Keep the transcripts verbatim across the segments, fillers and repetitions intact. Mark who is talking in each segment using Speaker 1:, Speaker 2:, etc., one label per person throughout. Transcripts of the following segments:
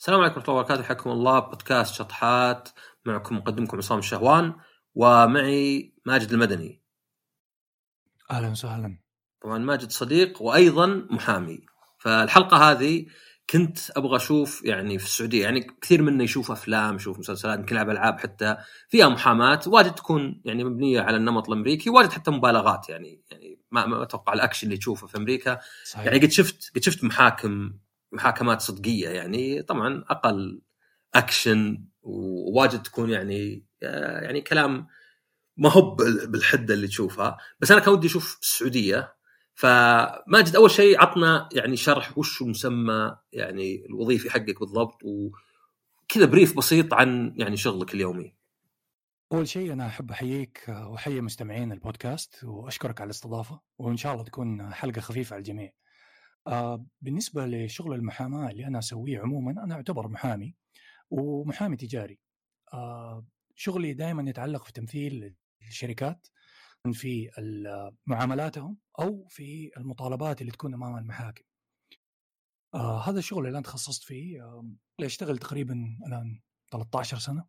Speaker 1: السلام عليكم ورحمة الله وبركاته. حياكم الله بودكاست شطحات، معكم مقدمكم عصام الشهوان ومعي ماجد المدني.
Speaker 2: أهلا وسهلا.
Speaker 1: طبعا ماجد صديق وأيضا محامي. فالحلقة هذه كنت أبغى أشوف يعني في السعودية، يعني كثير منا يشوف أفلام، يشوف مسلسلات، يمكن يلعب ألعاب حتى فيها محاماة، واجد تكون يعني مبنية على النمط الأمريكي، واجد حتى مبالغات يعني يعني ما ما أتوقع الأكشن اللي تشوفه في أمريكا.
Speaker 2: صحيح.
Speaker 1: يعني قد شفت قد شفت محاكم محاكمات صدقية، يعني طبعا أقل أكشن وواجد تكون يعني يعني كلام ما هو بالحدة اللي تشوفها. بس أنا كان ودي أشوف السعودية. فماجد أول شيء عطنا يعني شرح وش مسمى يعني الوظيفي حقك بالضبط، وكذا بريف بسيط عن يعني شغلك اليومي.
Speaker 2: أول شيء أنا أحب أحييك وأحيي مستمعين البودكاست وأشكرك على الاستضافة، وإن شاء الله تكون حلقة خفيفة على الجميع. آه بالنسبة لشغل المحاماة اللي أنا أسويه عموما، أنا أعتبر محامي ومحامي تجاري. آه شغلي دائما يتعلق في تمثيل الشركات في معاملاتهم أو في المطالبات اللي تكون أمام المحاكم. آه هذا الشغل اللي أنا تخصصت فيه، آه أشتغل تقريبا الآن ثلاثة عشر سنة.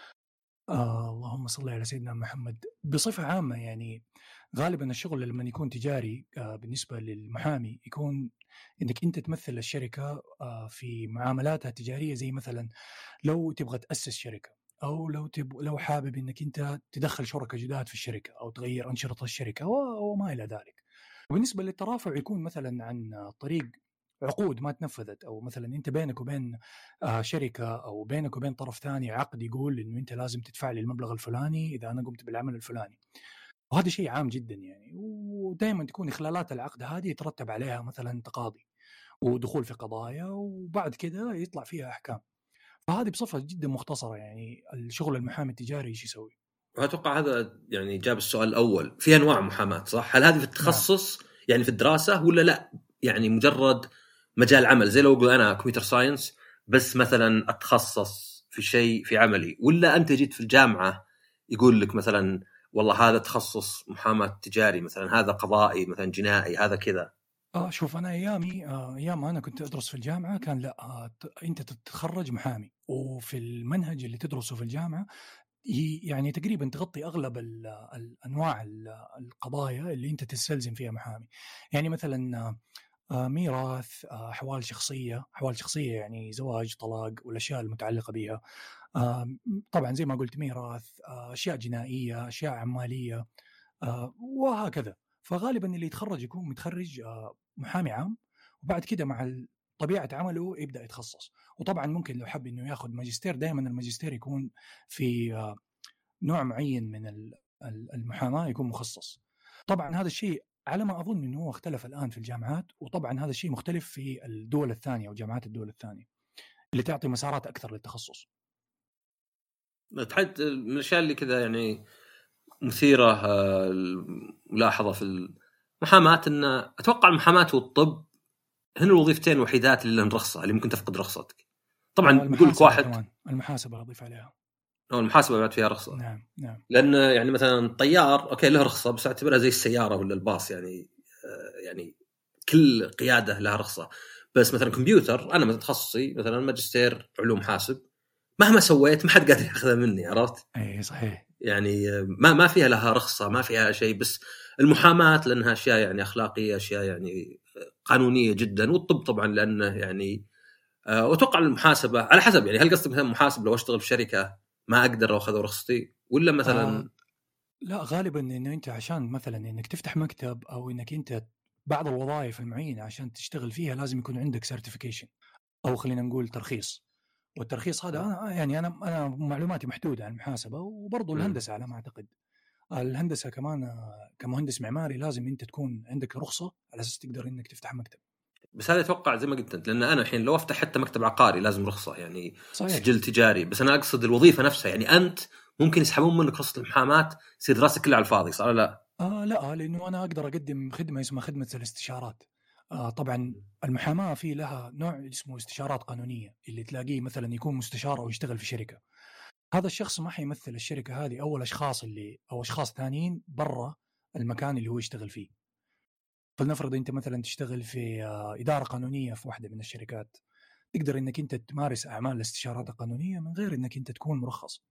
Speaker 2: آه اللهم صل على سيدنا محمد. بصفة عامة يعني غالبا الشغل لما يكون تجاري، آه بالنسبة للمحامي يكون انك انت تمثل الشركة آه في معاملاتها التجارية، زي مثلا لو تبغى تأسس شركة، او لو تب... لو حابب انك انت تدخل شركاء جداد في الشركة او تغير أنشطة الشركة و... وما إلى ذلك. وبالنسبة للترافع يكون مثلا عن طريق عقود ما تنفذت، او مثلا انت بينك وبين آه شركه او بينك وبين طرف ثاني عقد يقول انه انت لازم تدفع لي المبلغ الفلاني اذا انا قمت بالعمل الفلاني. وهذا شيء عام جدا يعني، ودائما تكون اخلالات العقد هذه يترتب عليها مثلا تقاضي ودخول في قضايا، وبعد كذا يطلع فيها احكام. فهذه بصفه جدا مختصره يعني الشغل المحامي التجاري ايش يسوي.
Speaker 1: وأتوقع هذا يعني جاب السؤال الأول، في أنواع محاماة صح؟ هل هذه في التخصص نعم. يعني في الدراسة ولا لا يعني مجرد مجال عمل، زي لو أقول أنا كمبيوتر ساينس بس مثلا أتخصص في شيء في عملي، ولا أنت جيت في الجامعة يقول لك مثلا والله هذا تخصص محاماة تجاري، مثلا هذا قضائي، مثلا جنائي، هذا كذا؟
Speaker 2: آه شوف أنا أيامي آه أيام أنا كنت أدرس في الجامعة كان لا، آه أنت تتخرج محامي، وفي المنهج اللي تدرسه في الجامعة يعني تقريبا تغطي أغلب الأنواع القضايا اللي أنت تستلزم فيها محامي. يعني مثلا آه ميراث، آه أحوال شخصية أحوال شخصية يعني زواج، طلاق، والأشياء المتعلقة بها. آه طبعا زي ما قلت ميراث، آه أشياء جنائية، أشياء عمالية، آه وهكذا. فغالبا اللي يتخرج يكون متخرج آه محامي عام، وبعد كده مع طبيعة عمله يبدأ يتخصص. وطبعا ممكن لو حب انه ياخذ ماجستير، دائما الماجستير يكون في آه نوع معين من المحاماة يكون مخصص. طبعا هذا الشيء على ما أظن أنه هو اختلف الآن في الجامعات، وطبعا هذا الشيء مختلف في الدول الثانية أو جامعات الدول الثانية اللي تعطي مسارات أكثر للتخصص.
Speaker 1: تحد من الأشياء اللي كذا يعني مثيرة ملاحظة في المحاماة أن أتوقع المحاماة والطب هن الوظيفتين الوحيدات اللي لهن رخصة، اللي ممكن تفقد رخصتك. طبعا بيقول لك واحد
Speaker 2: كمان المحاسبة أضيف عليها،
Speaker 1: أو المحاسبة بعد فيها رخصة.
Speaker 2: نعم نعم.
Speaker 1: لأن يعني مثلا الطيار أوكي له رخصة، بس أعتبرها زي السيارة ولا الباص، يعني يعني كل قيادة لها رخصة. بس مثلا كمبيوتر أنا مثلا تخصصي مثلا ماجستير علوم حاسب، مهما سويت ما حد قادر ياخذها مني، عرفت؟
Speaker 2: أي صحيح.
Speaker 1: يعني ما ما فيها لها رخصة، ما فيها شيء. بس المحاماة لأنها أشياء يعني أخلاقية، أشياء يعني قانونية جدا. والطب طبعا لأنه يعني أه وأتوقع المحاسبة على حسب، يعني هل قصدك مثلا محاسب لو أشتغل في شركة ما أقدر أخذ رخصتي، ولا مثلا
Speaker 2: آه لا، غالبا إنه أنت عشان مثلا إنك تفتح مكتب أو إنك أنت بعض الوظائف المعينة عشان تشتغل فيها لازم يكون عندك سيرتيفيكيشن، أو خلينا نقول ترخيص. والترخيص هذا أنا يعني أنا أنا معلوماتي محدودة عن المحاسبة وبرضو الهندسة على ما أعتقد. الهندسة كمان كمهندس معماري لازم أنت تكون عندك رخصة على أساس تقدر إنك تفتح مكتب.
Speaker 1: بس هذا يتوقع زي ما قلت أنت، لأن أنا الحين لو أفتح حتى مكتب عقاري لازم رخصة، يعني
Speaker 2: صحيح.
Speaker 1: سجل تجاري. بس أنا أقصد الوظيفة نفسها، يعني أنت ممكن يسحبون منك رخصة المحاماة، تصير دراسة كلها على الفاضي، صار لا؟
Speaker 2: آه لا، لأنه أنا أقدر أقدم خدمة اسمها خدمة الاستشارات. آه طبعا المحاماة في لها نوع اسمه استشارات قانونية، اللي تلاقيه مثلا يكون مستشار أو يشتغل في شركة. هذا الشخص ما حيمثل الشركة هذه أو الأشخاص اللي أو أشخاص ثانيين برا المكان اللي هو يشتغل فيه. فلنفرض أنت مثلا تشتغل في آه إدارة قانونية في واحدة من الشركات، تقدر انك انت تمارس اعمال الاستشارات القانونيه من غير انك انت تكون مرخص.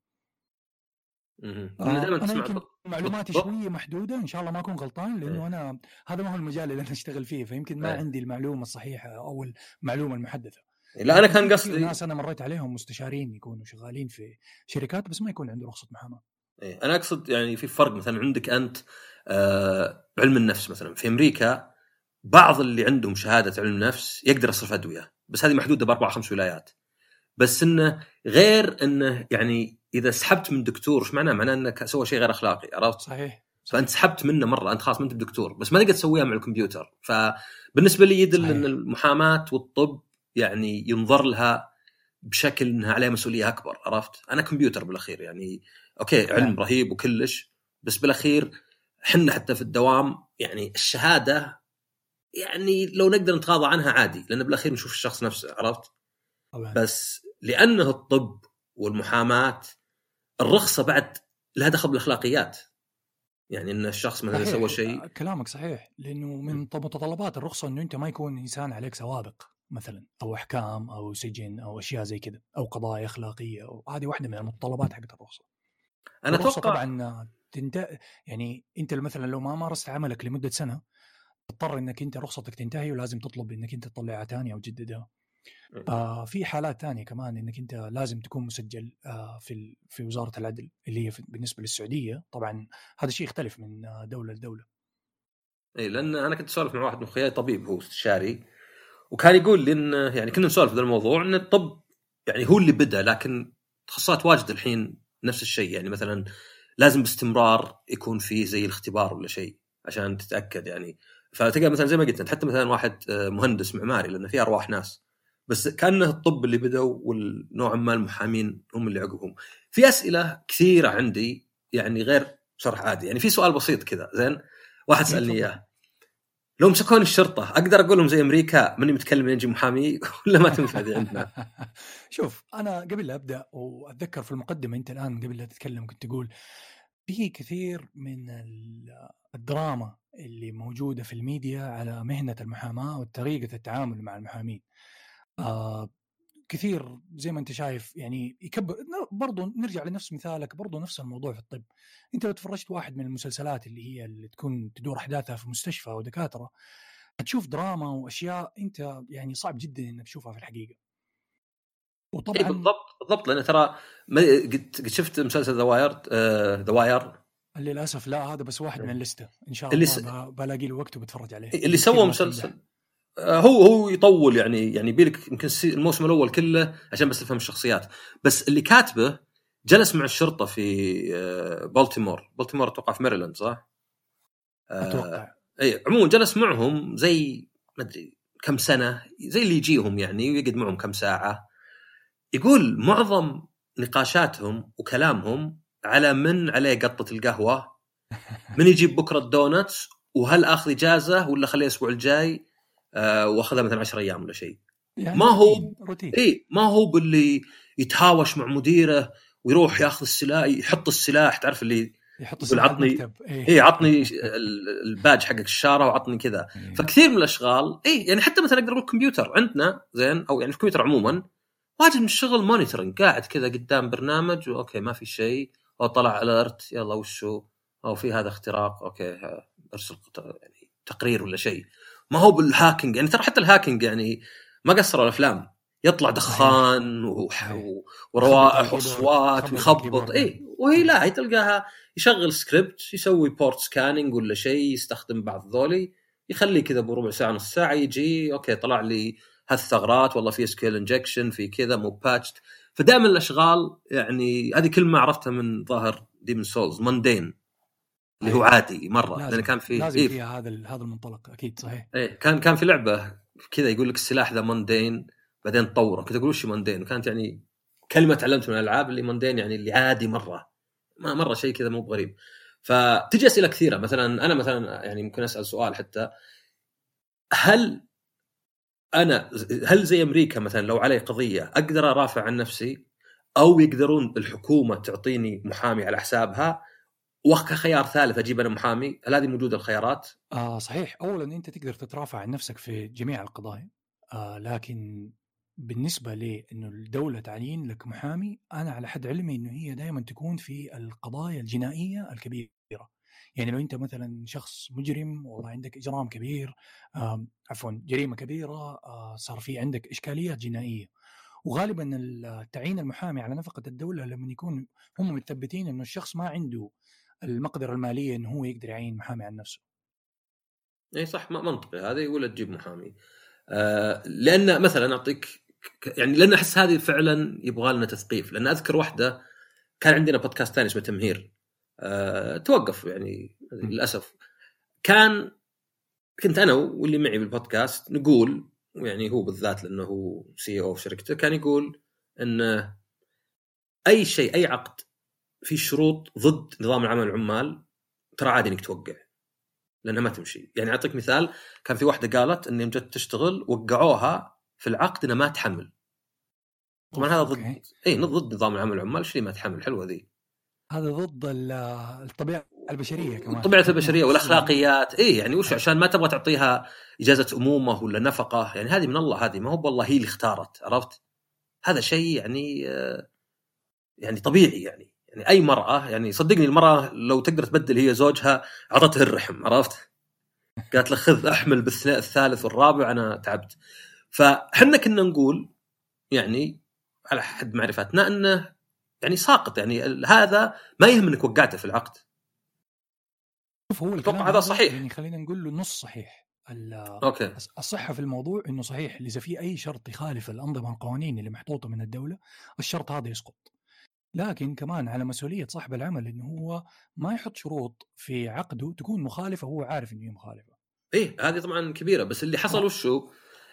Speaker 1: لأن دائما
Speaker 2: آه انا
Speaker 1: تسمع
Speaker 2: يمكن
Speaker 1: في
Speaker 2: معلوماتي
Speaker 1: الطب.
Speaker 2: شويه محدوده، ان شاء الله ما اكون غلطان، لانه
Speaker 1: إيه.
Speaker 2: انا هذا ما هو المجال اللي انا اشتغل فيه، فيمكن ما
Speaker 1: إيه.
Speaker 2: عندي المعلومه الصحيحه او المعلومه المحدثه.
Speaker 1: لا أنا
Speaker 2: لكن
Speaker 1: كان
Speaker 2: في كثير
Speaker 1: قصدي
Speaker 2: ناس انا مريت عليهم مستشارين يكونوا شغالين في شركات بس ما يكون عنده رخصه محاماه.
Speaker 1: إيه. أنا أقصد يعني في فرق، مثلا عندك أنت آه علم النفس مثلا في أمريكا، بعض اللي عندهم شهادة علم نفس يقدر يصرف أدوية، بس هذه محدودة بأربع خمس ولايات. بس إنه غير إنه يعني إذا سحبت من دكتور إيش معناه؟ معناه إنك سوى شيء غير أخلاقي، عرفت؟
Speaker 2: صحيح.
Speaker 1: فأنت سحبت منه مرة، أنت خلاص ما أنت بدكتور، بس ما تقدر تسويها مع الكمبيوتر. فبالنسبة لي يدل
Speaker 2: صحيح.
Speaker 1: إن المحاماة والطب يعني ينظر لها بشكل إنها عليها مسؤولية أكبر، عرفت؟ أنا كمبيوتر بالأخير يعني، أوكي علم
Speaker 2: نعم.
Speaker 1: رهيب وكلش، بس بالأخير حنا حتى في الدوام يعني الشهادة يعني لو نقدر نتغاضى عنها عادي، لأن بالأخير نشوف الشخص نفسه، عرفت؟
Speaker 2: طبعا.
Speaker 1: بس لأنه الطب والمحاماة الرخصة بعد لها دخل بالأخلاقيات، يعني إن الشخص مثلا
Speaker 2: صحيح.
Speaker 1: سوى شيء.
Speaker 2: كلامك صحيح، لانه من متطلبات الرخصه انه انت ما يكون انسان عليك سوابق مثلا، او احكام او سجن او اشياء زي كذا، او قضايا اخلاقيه، وهذه واحده من المتطلبات حقت الرخصه.
Speaker 1: أنا
Speaker 2: والرخصه
Speaker 1: أتوقع
Speaker 2: طبعا تنت... يعني انت مثلا لو ما مارست عملك لمده سنه تضطر انك انت رخصتك تنتهي ولازم تطلب انك انت تطلعها ثانيه او تجددها. آه في حالات ثانيه كمان انك انت لازم تكون مسجل آه في في وزاره العدل اللي هي بالنسبه للسعوديه. طبعا هذا الشيء يختلف من آه دوله لدوله.
Speaker 1: اي، لان انا كنت اسولف مع واحد من اخوياي طبيب هو استشاري، وكان يقول لي ان يعني كنا نسولف في الموضوع ان الطب يعني هو اللي بدا، لكن تخصصات واجد الحين نفس الشيء، يعني مثلا لازم باستمرار يكون فيه زي الاختبار ولا شيء عشان تتاكد يعني. فتلقى مثلا زي ما قلت انت حتى مثلا واحد مهندس معماري لانه في ارواح ناس، بس كانه الطب اللي بدوا والنوع ما المحامين هم اللي عقبهم. في اسئله كثيره عندي يعني غير شرح عادي، يعني في سؤال بسيط كذا زين، واحد سالني اياه، لو مسكوني الشرطة أقدر أقول لهم زي أمريكا مني متكلم يجي محامي ولا ما تنفع ذي عندنا؟
Speaker 2: شوف أنا قبل لا أبدأ وأتذكر في المقدمة أنت الآن قبل لا تتكلم كنت تقول في كثير من الدراما اللي موجودة في الميديا على مهنة المحاماة وطريقة التعامل مع المحامين. آه كثير زي ما انت شايف يعني يكبر. برضو نرجع لنفس مثالك، برضو نفس الموضوع في الطب. انت لو تفرجت واحد من المسلسلات اللي هي اللي تكون تدور احداثها في مستشفى ودكاتره هتشوف دراما واشياء انت يعني صعب جدا انك تشوفها في الحقيقه.
Speaker 1: إيه
Speaker 2: وطبعا
Speaker 1: بالضبط بالضبط، لأن ترى ما قد قد شفت مسلسل ذا واير ذا واير
Speaker 2: للاسف لا، هذا بس واحد من الليسته ان شاء
Speaker 1: اللي
Speaker 2: الله
Speaker 1: س...
Speaker 2: بلاقي له وقت وبتفرج عليه
Speaker 1: اللي
Speaker 2: لانه كثير
Speaker 1: سوى
Speaker 2: ناس
Speaker 1: مسلسل
Speaker 2: تمدح.
Speaker 1: آه، هو هو يطول يعني يعني بيلك يمكن الموسم الأول كله عشان بس تفهم الشخصيات، بس اللي كاتبه جلس مع الشرطة في آه، بالتيمور بالتيمور أتوقع في ميريلاند صح؟
Speaker 2: اتوقع.
Speaker 1: اي عموما جلس معهم زي ما ادري كم سنه، زي اللي يجيهم يعني ويقعد معهم كم ساعه. يقول معظم نقاشاتهم وكلامهم على من عليه قطه القهوه، من يجيب بكره الدونتس، وهل اخذ اجازه ولا خليه الاسبوع الجاي آه واخذها مثلا عشر ايام ولا شيء.
Speaker 2: يعني
Speaker 1: ما هو
Speaker 2: روتين روتين.
Speaker 1: اي ما هو باللي يتهاوش مع مديره ويروح ياخذ السلاح يحط السلاح، تعرف اللي
Speaker 2: يحط
Speaker 1: يقول
Speaker 2: السلاح على
Speaker 1: عطني
Speaker 2: المكتب. ايه
Speaker 1: اي عطني الباج حقك الشاره وعطني كذا.
Speaker 2: إيه.
Speaker 1: فكثير من الاشغال اي يعني حتى مثلا اقدر اقول الكمبيوتر عندنا زين، او يعني الكمبيوتر عموما واجد من الشغل مونيتورنج، قاعد كذا قدام برنامج اوكي ما في شيء، او طلع اليرت يلا وشو، او في هذا اختراق اوكي ارسل يعني تقرير ولا شيء. ما هو بالهاكينج يعني، ترى حتى الهاكينج يعني ما قصروا الافلام، يطلع دخان وح...
Speaker 2: إيه.
Speaker 1: وروائح واصوات ويخبط اي، وهي لا هي تلقاها يشغل سكريبت يسوي بورت سكاننج ولا شيء، يستخدم بعض ذولي يخليه كذا بربع ساعه نص ساعه يجي اوكي طلع لي هالثغرات والله في سكيل انجكشن في كذا مو باتشد. فدائما الاشغال يعني هذه كلمه عرفتها من ظاهر ديمن سولز ماندين اللي هو عادي مره، لان كان في
Speaker 2: لازم إيه فيها هذا هذا المنطلق اكيد صحيح.
Speaker 1: ايه كان كان في لعبه كذا يقول لك السلاح ذا ماندين بعدين تطوره كنت اقول وش ماندين، وكانت يعني كلمه تعلمت من الالعاب اللي ماندين يعني اللي عادي مره ما مره شيء كذا مو غريب. فتجي اسئله كثيره، مثلا انا مثلا يعني ممكن اسال سؤال حتى، هل انا هل زي امريكا مثلا لو علي قضيه اقدر ارافع عن نفسي، او يقدرون الحكومه تعطيني محامي على حسابها، وكخيار ثالث اجيب انا محامي؟ هل هذه موجوده الخيارات؟
Speaker 2: آه صحيح. اولا انت تقدر تترافع عن نفسك في جميع القضايا، آه لكن بالنسبة لي إنه الدولة تعيين لك محامي، أنا على حد علمي إنه هي دائما تكون في القضايا الجنائية الكبيرة. يعني لو أنت مثلا شخص مجرم والله عندك إجرام كبير، آم، عفوا جريمة كبيرة، آه، صار في عندك إشكاليات جنائية، وغالبا التعيين المحامي على نفقة الدولة لما يكون هم متثبتين إنه الشخص ما عنده المقدرة المالية إنه هو يقدر يعين محامي عن نفسه.
Speaker 1: اي صح، ما منطقي هذا يقول تجيب محامي. آه لان مثلا اعطيك يعني، لان احس هذه فعلا يبغى لنا تثقيف. لان اذكر واحده كان عندنا بودكاست ثاني اسمه تمهير، آه توقف يعني للاسف. كان كنت انا واللي معي بالبودكاست نقول، يعني هو بالذات لانه هو سي او في شركته، كان يقول ان اي شيء اي عقد في شروط ضد نظام العمل العمال ترى عادي انك توقع لانها ما تمشي. يعني اعطيك مثال، كان في واحده قالت ان يوم جت تشتغل وقعوها في العقد انها ما تحمل. طبعا هذا ضد اي ضد نظام العمل العمال. شيء ما تحمل حلوه ذي،
Speaker 2: هذا ضد الطبيعه البشريه كمان،
Speaker 1: الطبيعه البشريه والاخلاقيات. اي يعني وش عشان ما تبغى تعطيها اجازه امومه ولا نفقه؟ يعني هذه من الله، هذه ما هو والله هي اللي اختارت، عرفت؟ هذا شيء يعني يعني طبيعي. يعني يعني اي مراه، يعني صدقني المراه لو تقدر تبدل هي زوجها عطته الرحم، عرفت؟ قالت له خذ احمل بالثالث والرابع انا تعبت. فحنا كنا نقول يعني على حد معرفتنا انه يعني ساقط، يعني هذا ما يهم انك وقعته في العقد.
Speaker 2: شوف هو
Speaker 1: اتوقع هذا صحيح،
Speaker 2: يعني خلينا نقول له نص صحيح.
Speaker 1: اوكي
Speaker 2: الصحه في الموضوع انه صحيح اذا في اي شرط يخالف الانظمه القوانين اللي محطوطه من الدوله الشرط هذا يسقط. لكن كمان على مسؤوليه صاحب العمل انه هو ما يحط شروط في عقده تكون مخالفه وهو عارف انه هي مخالفه.
Speaker 1: ايه هذه طبعا كبيره. بس اللي حصل وشو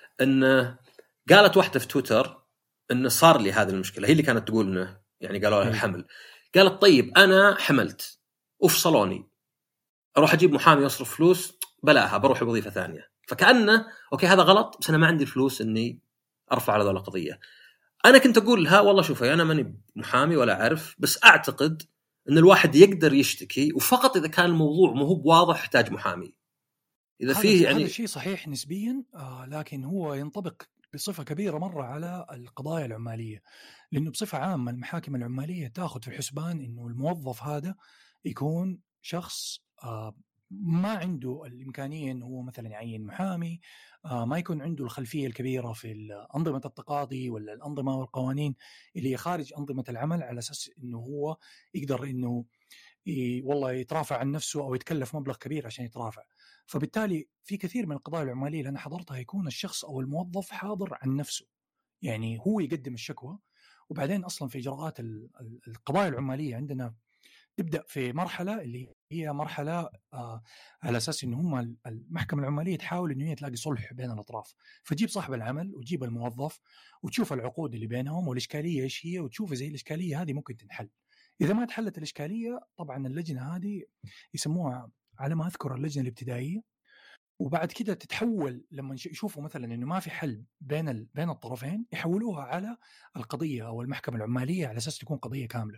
Speaker 1: انه قالت واحده في تويتر انه صار لي هذه المشكله، هي اللي كانت تقول انه يعني قالوا لها الحمل. قالت طيب انا حملت وفصلوني، اروح اجيب محامي يصرف فلوس؟ بلاها، بروح بوظيفه ثانيه. فكانه اوكي هذا غلط بس انا ما عندي الفلوس اني ارفع على ذا القضيه. انا كنت اقول لها والله شوفي انا ماني محامي ولا اعرف، بس اعتقد ان الواحد يقدر يشتكي، وفقط اذا كان الموضوع مو هو بواضح يحتاج محامي. اذا فيه يعني
Speaker 2: هذا شيء صحيح نسبيا، آه لكن هو ينطبق بصفه كبيره مره على القضايا العماليه، لانه بصفه عامه المحاكم العماليه تاخذ في الحسبان انه الموظف هذا يكون شخص آه ما عنده الامكانيه انه هو مثلا يعين محامي، آه ما يكون عنده الخلفيه الكبيره في انظمه التقاضي ولا الانظمه والقوانين اللي هي خارج انظمه العمل، على اساس انه هو يقدر انه والله يترافع عن نفسه أو يتكلف مبلغ كبير عشان يترافع. فبالتالي في كثير من القضايا العمالية اللي أنا حضرتها يكون الشخص أو الموظف حاضر عن نفسه، يعني هو يقدم الشكوى. وبعدين أصلا في إجراءات القضايا العمالية عندنا تبدأ في مرحلة اللي هي مرحلة آه على أساس إن هم المحكمة العمالية تحاول إنه هي تلاقي صلح بين الأطراف، فتجيب صاحب العمل وتجيب الموظف وتشوف العقود اللي بينهم والإشكالية إيش هي، وتشوف زي الإشكالية هذه ممكن تنحل. إذا ما تحلت الإشكالية طبعا اللجنة هذه يسموها على ما أذكر اللجنة الابتدائية، وبعد كده تتحول لما يشوفوا مثلا انه ما في حل بين ال... بين الطرفين يحولوها على القضيه او المحكمه العماليه على اساس تكون قضيه كامله.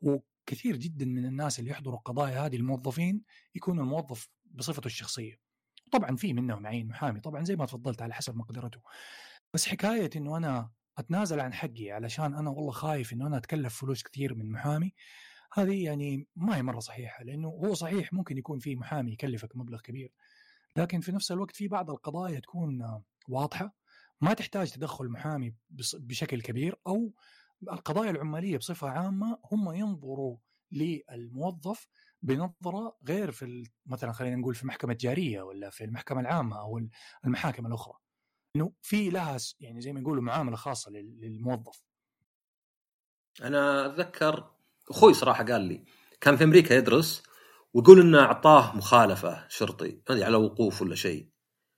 Speaker 2: وكثير جدا من الناس اللي يحضروا القضايا هذه الموظفين يكون الموظف بصفته الشخصيه، طبعا في منهم عين محامي طبعا زي ما تفضلت على حسب مقدرته. بس حكايه انه انا اتنازل عن حقي علشان انا والله خايف انه انا اتكلف فلوس كثير من محامي، هذه يعني ما هي مره صحيحه. لانه هو صحيح ممكن يكون في محامي يكلفك مبلغ كبير، لكن في نفس الوقت في بعض القضايا تكون واضحة ما تحتاج تدخل محامي بشكل كبير، أو القضايا العمالية بصفة عامة هم ينظروا للموظف بنظرة غير في مثلا خلينا نقول في محكمة جارية ولا في المحكمة العامة أو المحاكم الأخرى، إنه في لها يعني زي ما يقولوا معاملة خاصة للموظف.
Speaker 1: أنا أتذكر أخوي صراحة قال لي كان في أمريكا يدرس، ويقول إنه أعطاه مخالفة شرطي على وقوف ولا شيء.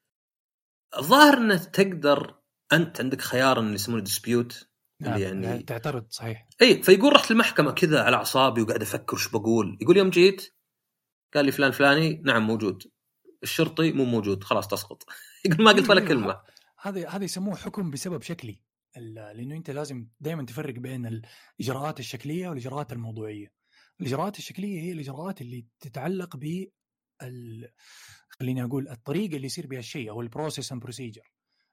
Speaker 1: الظاهر إنه تقدر أنت عندك خيار إن يسمونه ديسبيوت،
Speaker 2: نعم
Speaker 1: اللي يعني
Speaker 2: تعترض صحيح.
Speaker 1: أي فيقول رحت المحكمة كذا على أعصابي وقاعد أفكر شو بقول. يقول يوم جيت قال لي فلان فلاني نعم موجود، الشرطي مو موجود، خلاص تسقط. يقول ما قلت ولا كلمة.
Speaker 2: هذا هذا يسموه حكم بسبب شكلي، لأنه أنت لازم دائما تفرق بين الإجراءات الشكلية والإجراءات الموضوعية. الإجراءات الشكلية هي الإجراءات اللي تتعلق ب خليني أقول الطريقة اللي يصير بها الشيء أو البروسيس اند بروسيجر.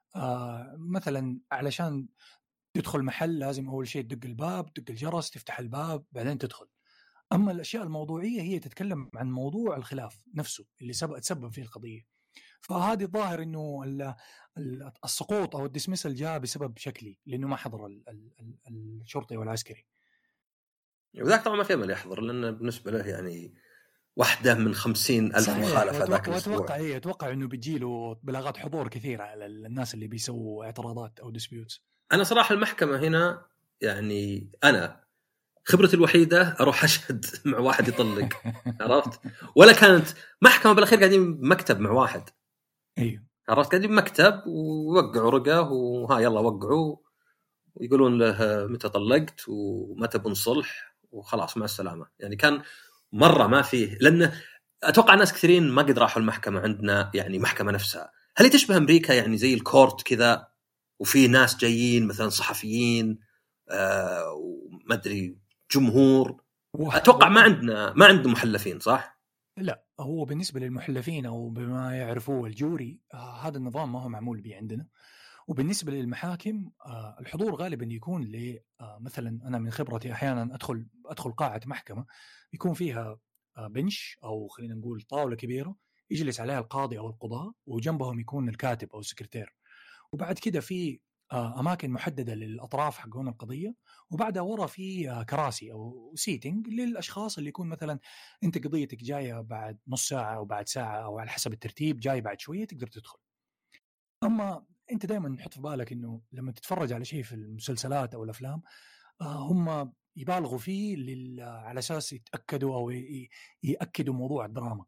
Speaker 2: آه مثلا علشان تدخل محل لازم أول شيء تدق الباب، تدق الجرس، تفتح الباب، بعدين تدخل. أما الأشياء الموضوعية هي تتكلم عن موضوع الخلاف نفسه اللي سبب تسبب فيه القضية. فهذه الظاهر إنه السقوط أو الدسمسل جاء بسبب شكلي، لأنه ما حضر ال ال ال الشرطي والعسكري.
Speaker 1: وذاك طبعا ما في أمل يحضر، لأنه بالنسبة له يعني واحدة من خمسين ألف مخالفة ذاك الأسبوع.
Speaker 2: وأتوقع إيه أتوقع إنه بيجيله بلاغات حضور كثيرة على الناس اللي بيسووا اعتراضات أو ديسبيوتس.
Speaker 1: أنا صراحة المحكمة هنا يعني أنا خبرتي الوحيدة أروح أشهد مع واحد يطلق عرفت؟ ولا كانت محكمة بالأخير قاعدين مكتب مع واحد.
Speaker 2: أيوه
Speaker 1: عرفت؟ قاعدين مكتب ووقعوا رقة وها يلا وقعوا ويقولون له متى طلقت ومتى بنصلح وخلاص مع السلامة. يعني كان مرة ما فيه، لأن أتوقع ناس كثيرين ما قد راحوا المحكمة عندنا، يعني محكمة نفسها هل هي تشبه أمريكا يعني زي الكورت كذا وفي ناس جايين مثلا صحفيين آه وما أدري جمهور؟ أتوقع ما عندنا ما عندنا محلفين صح؟
Speaker 2: لا، هو بالنسبة للمحلفين أو بما يعرفوه الجوري آه هذا النظام ما هو معمول به عندنا. وبالنسبة للمحاكم آه الحضور غالبا يكون ل آه مثلا أنا من خبرتي أحيانا أدخل أدخل قاعة محكمة يكون فيها آه بنش أو خلينا نقول طاولة كبيرة يجلس عليها القاضي أو القضاء، وجنبهم يكون الكاتب أو السكرتير، وبعد كده في آه أماكن محددة للأطراف حقون القضية، وبعدها ورا في آه كراسي أو سيتنج للأشخاص اللي يكون مثلا أنت قضيتك جاية بعد نص ساعة أو بعد ساعة أو على حسب الترتيب جاي بعد شوية تقدر تدخل. أما أنت دائما نحط في بالك إنه لما تتفرج على شيء في المسلسلات أو الأفلام آه هم يبالغوا فيه لل... على أساس يتأكدوا أو ي... يأكدوا موضوع الدراما.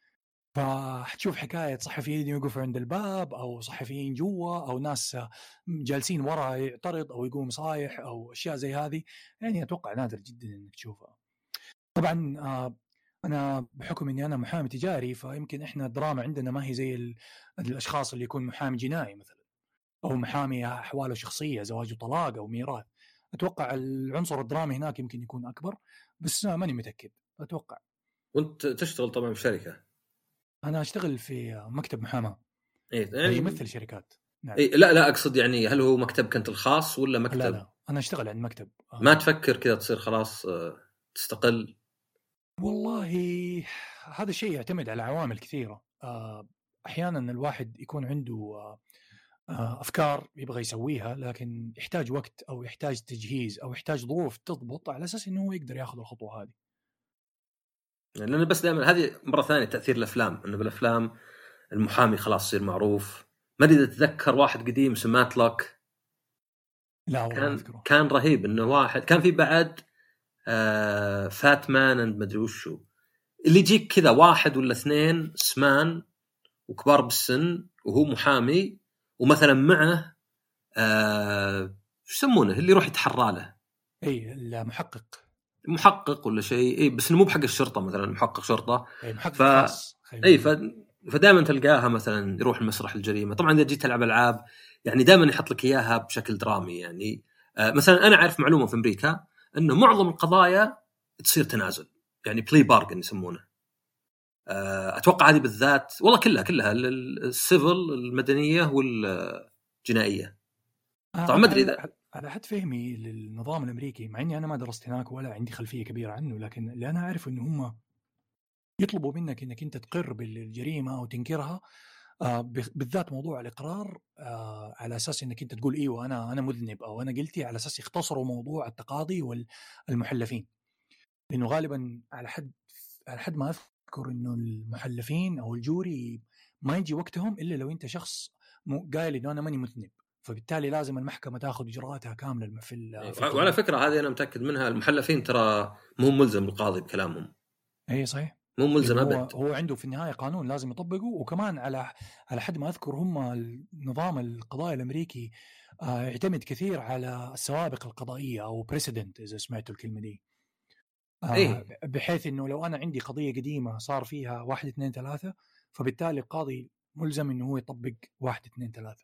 Speaker 2: فحتشوف حكاية صحفيين يوقفوا عند الباب أو صحفيين جوا أو ناس جالسين ورا يعترض أو يقوم صايح أو أشياء زي هذه، يعني أتوقع نادر جدا إنك تشوفها. طبعا آه أنا بحكم إني أنا محامي تجاري فيمكن إحنا الدراما عندنا ما هي زي ال... الأشخاص اللي يكون محامي جنائي مثلا أو محامي أحواله شخصية زواج وطلاق أو ميراث. أتوقع العنصر الدرامي هناك يمكن يكون أكبر، بس ماني متأكد. أتوقع.
Speaker 1: وأنت تشتغل طبعا في شركة؟
Speaker 2: أنا أشتغل في مكتب محاماة.
Speaker 1: إيه يعني
Speaker 2: يمثل شركات. نعم.
Speaker 1: إيه لا لا أقصد يعني هل هو مكتبك أنت الخاص ولا مكتب؟
Speaker 2: لا لا أنا أشتغل عند مكتب. آه.
Speaker 1: ما تفكر كذا تصير خلاص تستقل؟
Speaker 2: والله هذا الشيء يعتمد على عوامل كثيرة. آه أحيانا الواحد يكون عنده آه آه أفكار يبغى يسويها لكن يحتاج وقت أو يحتاج تجهيز أو يحتاج ظروف تضبط على أساس إنه يقدر يأخذ الخطوة هذه.
Speaker 1: يعني لأن بس دائما هذه مرة ثانية تأثير الأفلام، إنه بالأفلام المحامي خلاص يصير معروف. ما أدري إذا تتذكر واحد قديم اسمه ماتلوك.
Speaker 2: لا والله
Speaker 1: كان
Speaker 2: أذكره.
Speaker 1: كان رهيب. إنه واحد كان في بعد آه فات مان أند مدري وشو اللي يجيك كذا واحد ولا اثنين سمان وكبار بالسن وهو محامي ومثلا معه آه شو يسمونه اللي يروح يتحرى له؟
Speaker 2: اي المحقق.
Speaker 1: محقق ولا شيء. اي بس انه مو بحق الشرطه مثلا، محقق شرطه.
Speaker 2: اي محقق
Speaker 1: ف...
Speaker 2: خاص.
Speaker 1: اي ف... فدائما تلقاها مثلا يروح المسرح الجريمه. طبعا اذا جيت تلعب العاب يعني دائما يحط لك اياها بشكل درامي. يعني آه مثلا انا اعرف معلومه في امريكا انه معظم القضايا تصير تنازل، يعني بلاي بارجن يسمونه. آه اتوقع هذه بالذات والله كلها كلها السيفل المدنيه والجنائيه. طبعا ما ادري اذا
Speaker 2: على حد فهمي للنظام الامريكي، مع اني انا ما درست هناك ولا عندي خلفيه كبيره عنه، لكن اللي انا اعرف انه هم يطلبوا منك انك انت تقر بالجريمه او تنكرها. آه بالذات موضوع الاقرار آه على اساس انك انت تقول ايوه انا انا مذنب او انا قلتي، على اساس يختصروا موضوع التقاضي والمحلفين. لانه غالبا على حد على حد ما اذكر انه المحلفين او الجوري ما يجي وقتهم الا لو انت شخص قايل انه انا ماني مذنب، فبالتالي لازم المحكمه تاخذ اجراءاتها كامله في, في
Speaker 1: وعلى فكره هذه انا متاكد منها. المحلفين ترى مو ملزم القاضي بكلامهم.
Speaker 2: اي صحيح،
Speaker 1: مو ملزم
Speaker 2: هو
Speaker 1: ابد.
Speaker 2: هو عنده في النهايه قانون لازم يطبقه. وكمان على على حد ما اذكر هم النظام القضائي الامريكي آه يعتمد كثير على السوابق القضائيه او بريسيدنت اذا سمعتوا الكلمه دي. آه
Speaker 1: إيه؟
Speaker 2: بحيث انه لو انا عندي قضيه قديمه صار فيها واحد اثنين ثلاثه، فبالتالي القاضي ملزم انه هو يطبق واحد اثنين ثلاثه.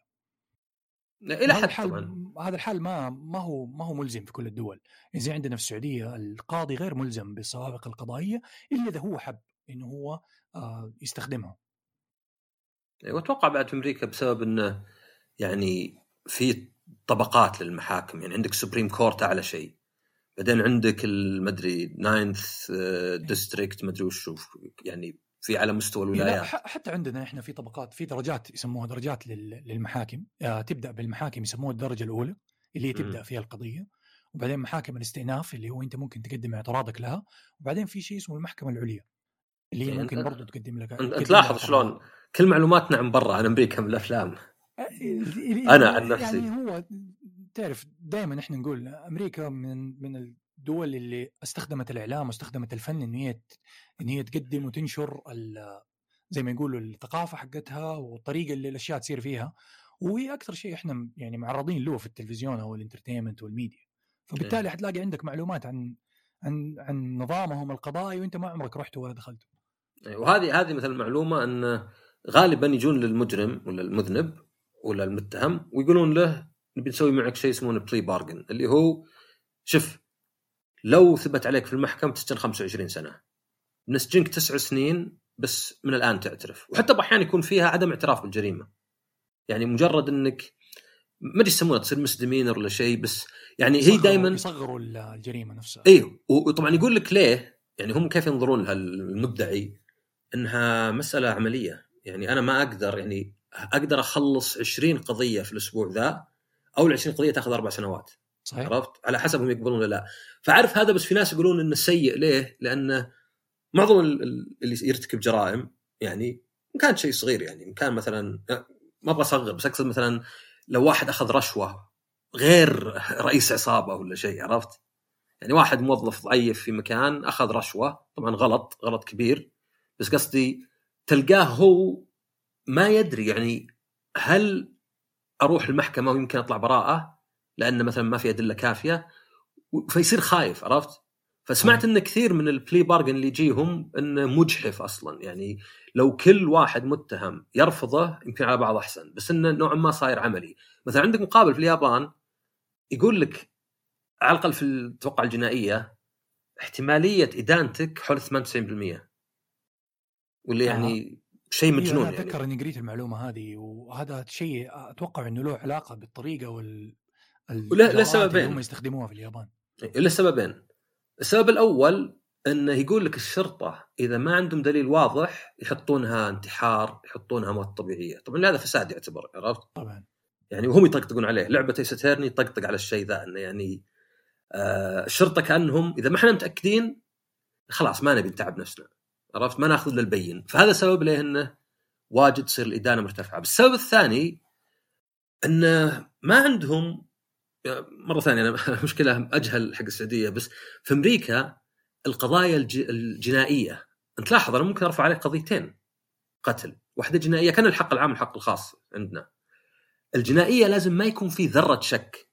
Speaker 1: الى حد
Speaker 2: الحال
Speaker 1: طبعا
Speaker 2: هذا الحال ما ما هو ما هو ملزم في كل الدول. زي عندنا في السعوديه القاضي غير ملزم بالسوابق القضائيه الا اذا هو حب انه هو آه يستخدمها.
Speaker 1: واتوقع بعد في امريكا بسبب انه يعني في طبقات للمحاكم، يعني عندك سوبريم كورت اعلى شيء، بعدين عندك المدري ناينث ديستريكت مدري وش، يعني في على مستوى الولايات.
Speaker 2: حتى عندنا احنا في طبقات، في درجات يسموها درجات للمحاكم. تبدا بالمحاكم يسموها الدرجه الاولى اللي هي تبدا فيها القضيه، وبعدين محاكم الاستئناف اللي هو انت ممكن تقدم اعتراضك لها، وبعدين في شيء اسمه المحكمه العليا اللي هي يعني ممكن برضو تقدم لك.
Speaker 1: انت لاحظ شلون كل معلوماتنا عن برا عن امريكا من الافلام. انا عن نفسي
Speaker 2: يعني هو تعرف دائما احنا نقول امريكا من من الدول اللي استخدمت الاعلام واستخدمت الفن ان هي ان هي تقدم وتنشر زي ما يقولوا الثقافه حقتها والطريقه اللي الاشياء تصير فيها، وهي اكثر شيء احنا يعني معرضين له في التلفزيون او الانترتينمنت والميديا. فبالتالي حتلاقي عندك معلومات عن عن عن نظامهم القضائي وانت ما عمرك رحت ولا دخلت.
Speaker 1: وهذه هذه مثل معلومه ان غالبا يجون للمجرم ولا المذنب ولا المتهم ويقولون له نبي نسوي معك شيء اسمه بلي بارجن، اللي هو شوف لو ثبت عليك في المحكمة تسجن خمسة وعشرين سنة، نسجنك تسع سنين بس من الآن تعترف. وحتى بأحيان يكون فيها عدم اعتراف بالجريمة، يعني مجرد أنك ما ادري يسمونها تصير مسدمينر ولا شيء، بس يعني هي دائما
Speaker 2: يصغروا الجريمة نفسها.
Speaker 1: ايه، وطبعا يقول لك ليه، يعني هم كيف ينظرون لها المدعي انها مسألة عملية. يعني انا ما اقدر يعني اقدر اخلص عشرين قضية في الاسبوع ذا، او العشرين قضية تاخذ اربع سنوات.
Speaker 2: صحيح.
Speaker 1: عرفت على حسب هم يقبلون ولا لا. فعرف هذا، بس في ناس يقولون انه سيء. ليه؟ لانه معظم اللي يرتكب جرائم يعني إن كان شيء صغير، يعني إن كان مثلا ما ابغى اصغر بس اقصد مثلا لو واحد اخذ رشوة غير رئيس عصابة ولا شيء، عرفت؟ يعني واحد موظف ضعيف في مكان أخذ رشوة، طبعا غلط غلط كبير، بس قصدي تلقاه هو ما يدري يعني هل أروح المحكمة ويمكن أطلع براءة لأن مثلا ما في أدلة كافية، فيصير خايف. عرفت؟ فسمعت أن كثير من البلي بارجن اللي يجيهم أنه مجحف أصلا، يعني لو كل واحد متهم يرفضه يمكن على بعض أحسن، بس أنه نوعا ما صاير عملي. مثلا عندك مقابل في اليابان يقول لك على الأقل في التوقع الجنائية احتمالية إدانتك حول ثمانية وتسعين بالمئة، واللي يعني آه. شيء مجنون.
Speaker 2: أنا أتذكر يعني. أني قريت المعلومة هذه، وهذا شيء أتوقع أنه له علاقة بالطريقة وال الإجراءات اللي هم يستخدموها في اليابان.
Speaker 1: إلا سببين. السبب الأول أنه يقول لك الشرطة إذا ما عندهم دليل واضح يحطونها انتحار، يحطونها موت طبيعية. طبعا هذا فساد يعتبر، عرفت؟
Speaker 2: طبعا. يعني
Speaker 1: وهم يطقطقون عليه. لعبة ايس اترني يطقطق على الشيء ذا، أنه يعني آه الشرطة كأنهم إذا ما احنا متأكدين خلاص ما نبي نتعب نفسنا، عرفت؟ ما ناخذ للبين. فهذا سبب ليه انه واجد تصير الإدانة مرتفعة. بس السبب الثاني انه ما عندهم، مرة ثانية أنا مشكلة أجهل حق السعودية، بس في أمريكا القضايا الجنائية أنت لاحظ أنا ممكن أرفع عليك قضيتين قتل، واحدة جنائية كان الحق العام الحق الخاص. عندنا الجنائية لازم ما يكون فيه ذرة شك.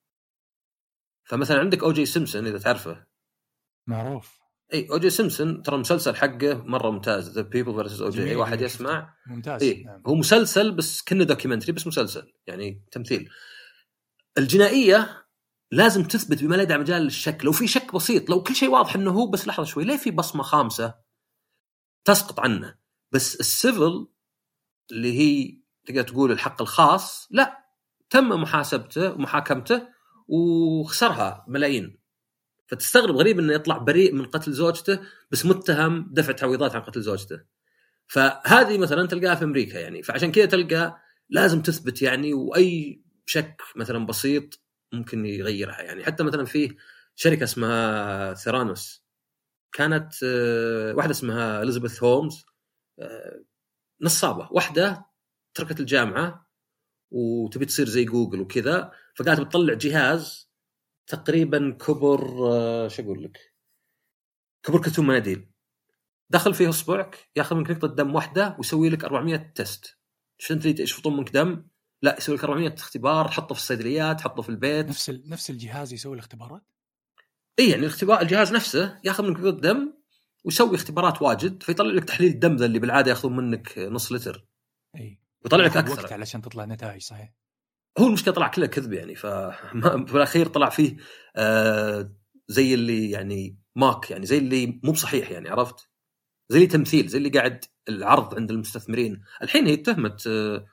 Speaker 1: فمثلا عندك أو جي سيمسون إذا تعرفه،
Speaker 2: معروف.
Speaker 1: اي او جي سيمسون ترى مسلسل حقه مره ممتاز، ذا بيبل فيرسس او جي. اي واحد يسمع
Speaker 2: ممتاز.
Speaker 1: اي
Speaker 2: نعم.
Speaker 1: هو مسلسل بس كنا دوكيومنتري، بس مسلسل يعني تمثيل. الجنائيه لازم تثبت بما لا يدع مجال للشك. لو في شك بسيط، لو كل شيء واضح انه هو، بس لحظه شوي ليه في بصمه خامسه تسقط عنه. بس السيفل اللي هي تقدر تقول الحق الخاص، لا، تم محاسبته ومحاكمته وخسرها ملايين. فتستغرب غريب انه يطلع بريء من قتل زوجته بس متهم دفع تعويضات عن قتل زوجته. فهذه مثلا تلقاها في امريكا يعني. فعشان كذا تلقى لازم تثبت يعني، واي شك مثلا بسيط ممكن يغيرها يعني. حتى مثلا في شركه اسمها ثيرانوس، كانت واحده اسمها إليزابيث هولمز نصابه، واحده تركت الجامعه وتبي تصير زي جوجل وكذا، فقالت بتطلع جهاز تقريبا كبر شو اقول لك كبر كتوم مناديل، دخل فيه اصبعك ياخذ منك نقطه دم واحده ويسوي لك أربعمية تيست. شو انت اللي يشفطون منك دم؟ لا، يسوي لك أربعمية اختبار، حطه في الصيدليات، حطه في البيت.
Speaker 2: نفس نفس الجهاز يسوي الاختبارات.
Speaker 1: اي يعني الاختبار الجهاز نفسه ياخذ منك نقطه دم ويسوي اختبارات واجد، فيطلع لك تحليل الدم ذا اللي بالعاده ياخذون منك نص لتر.
Speaker 2: اي
Speaker 1: ويطلع لك اكثر
Speaker 2: وقت علشان تطلع نتائج. صحيح.
Speaker 1: هو المشكله طلع كله كذب يعني. ففي الاخير طلع فيه آه زي اللي يعني ماك، يعني زي اللي مو بصحيح يعني، عرفت؟ زي اللي تمثيل، زي اللي قاعد العرض عند المستثمرين. الحين هي تهمة آه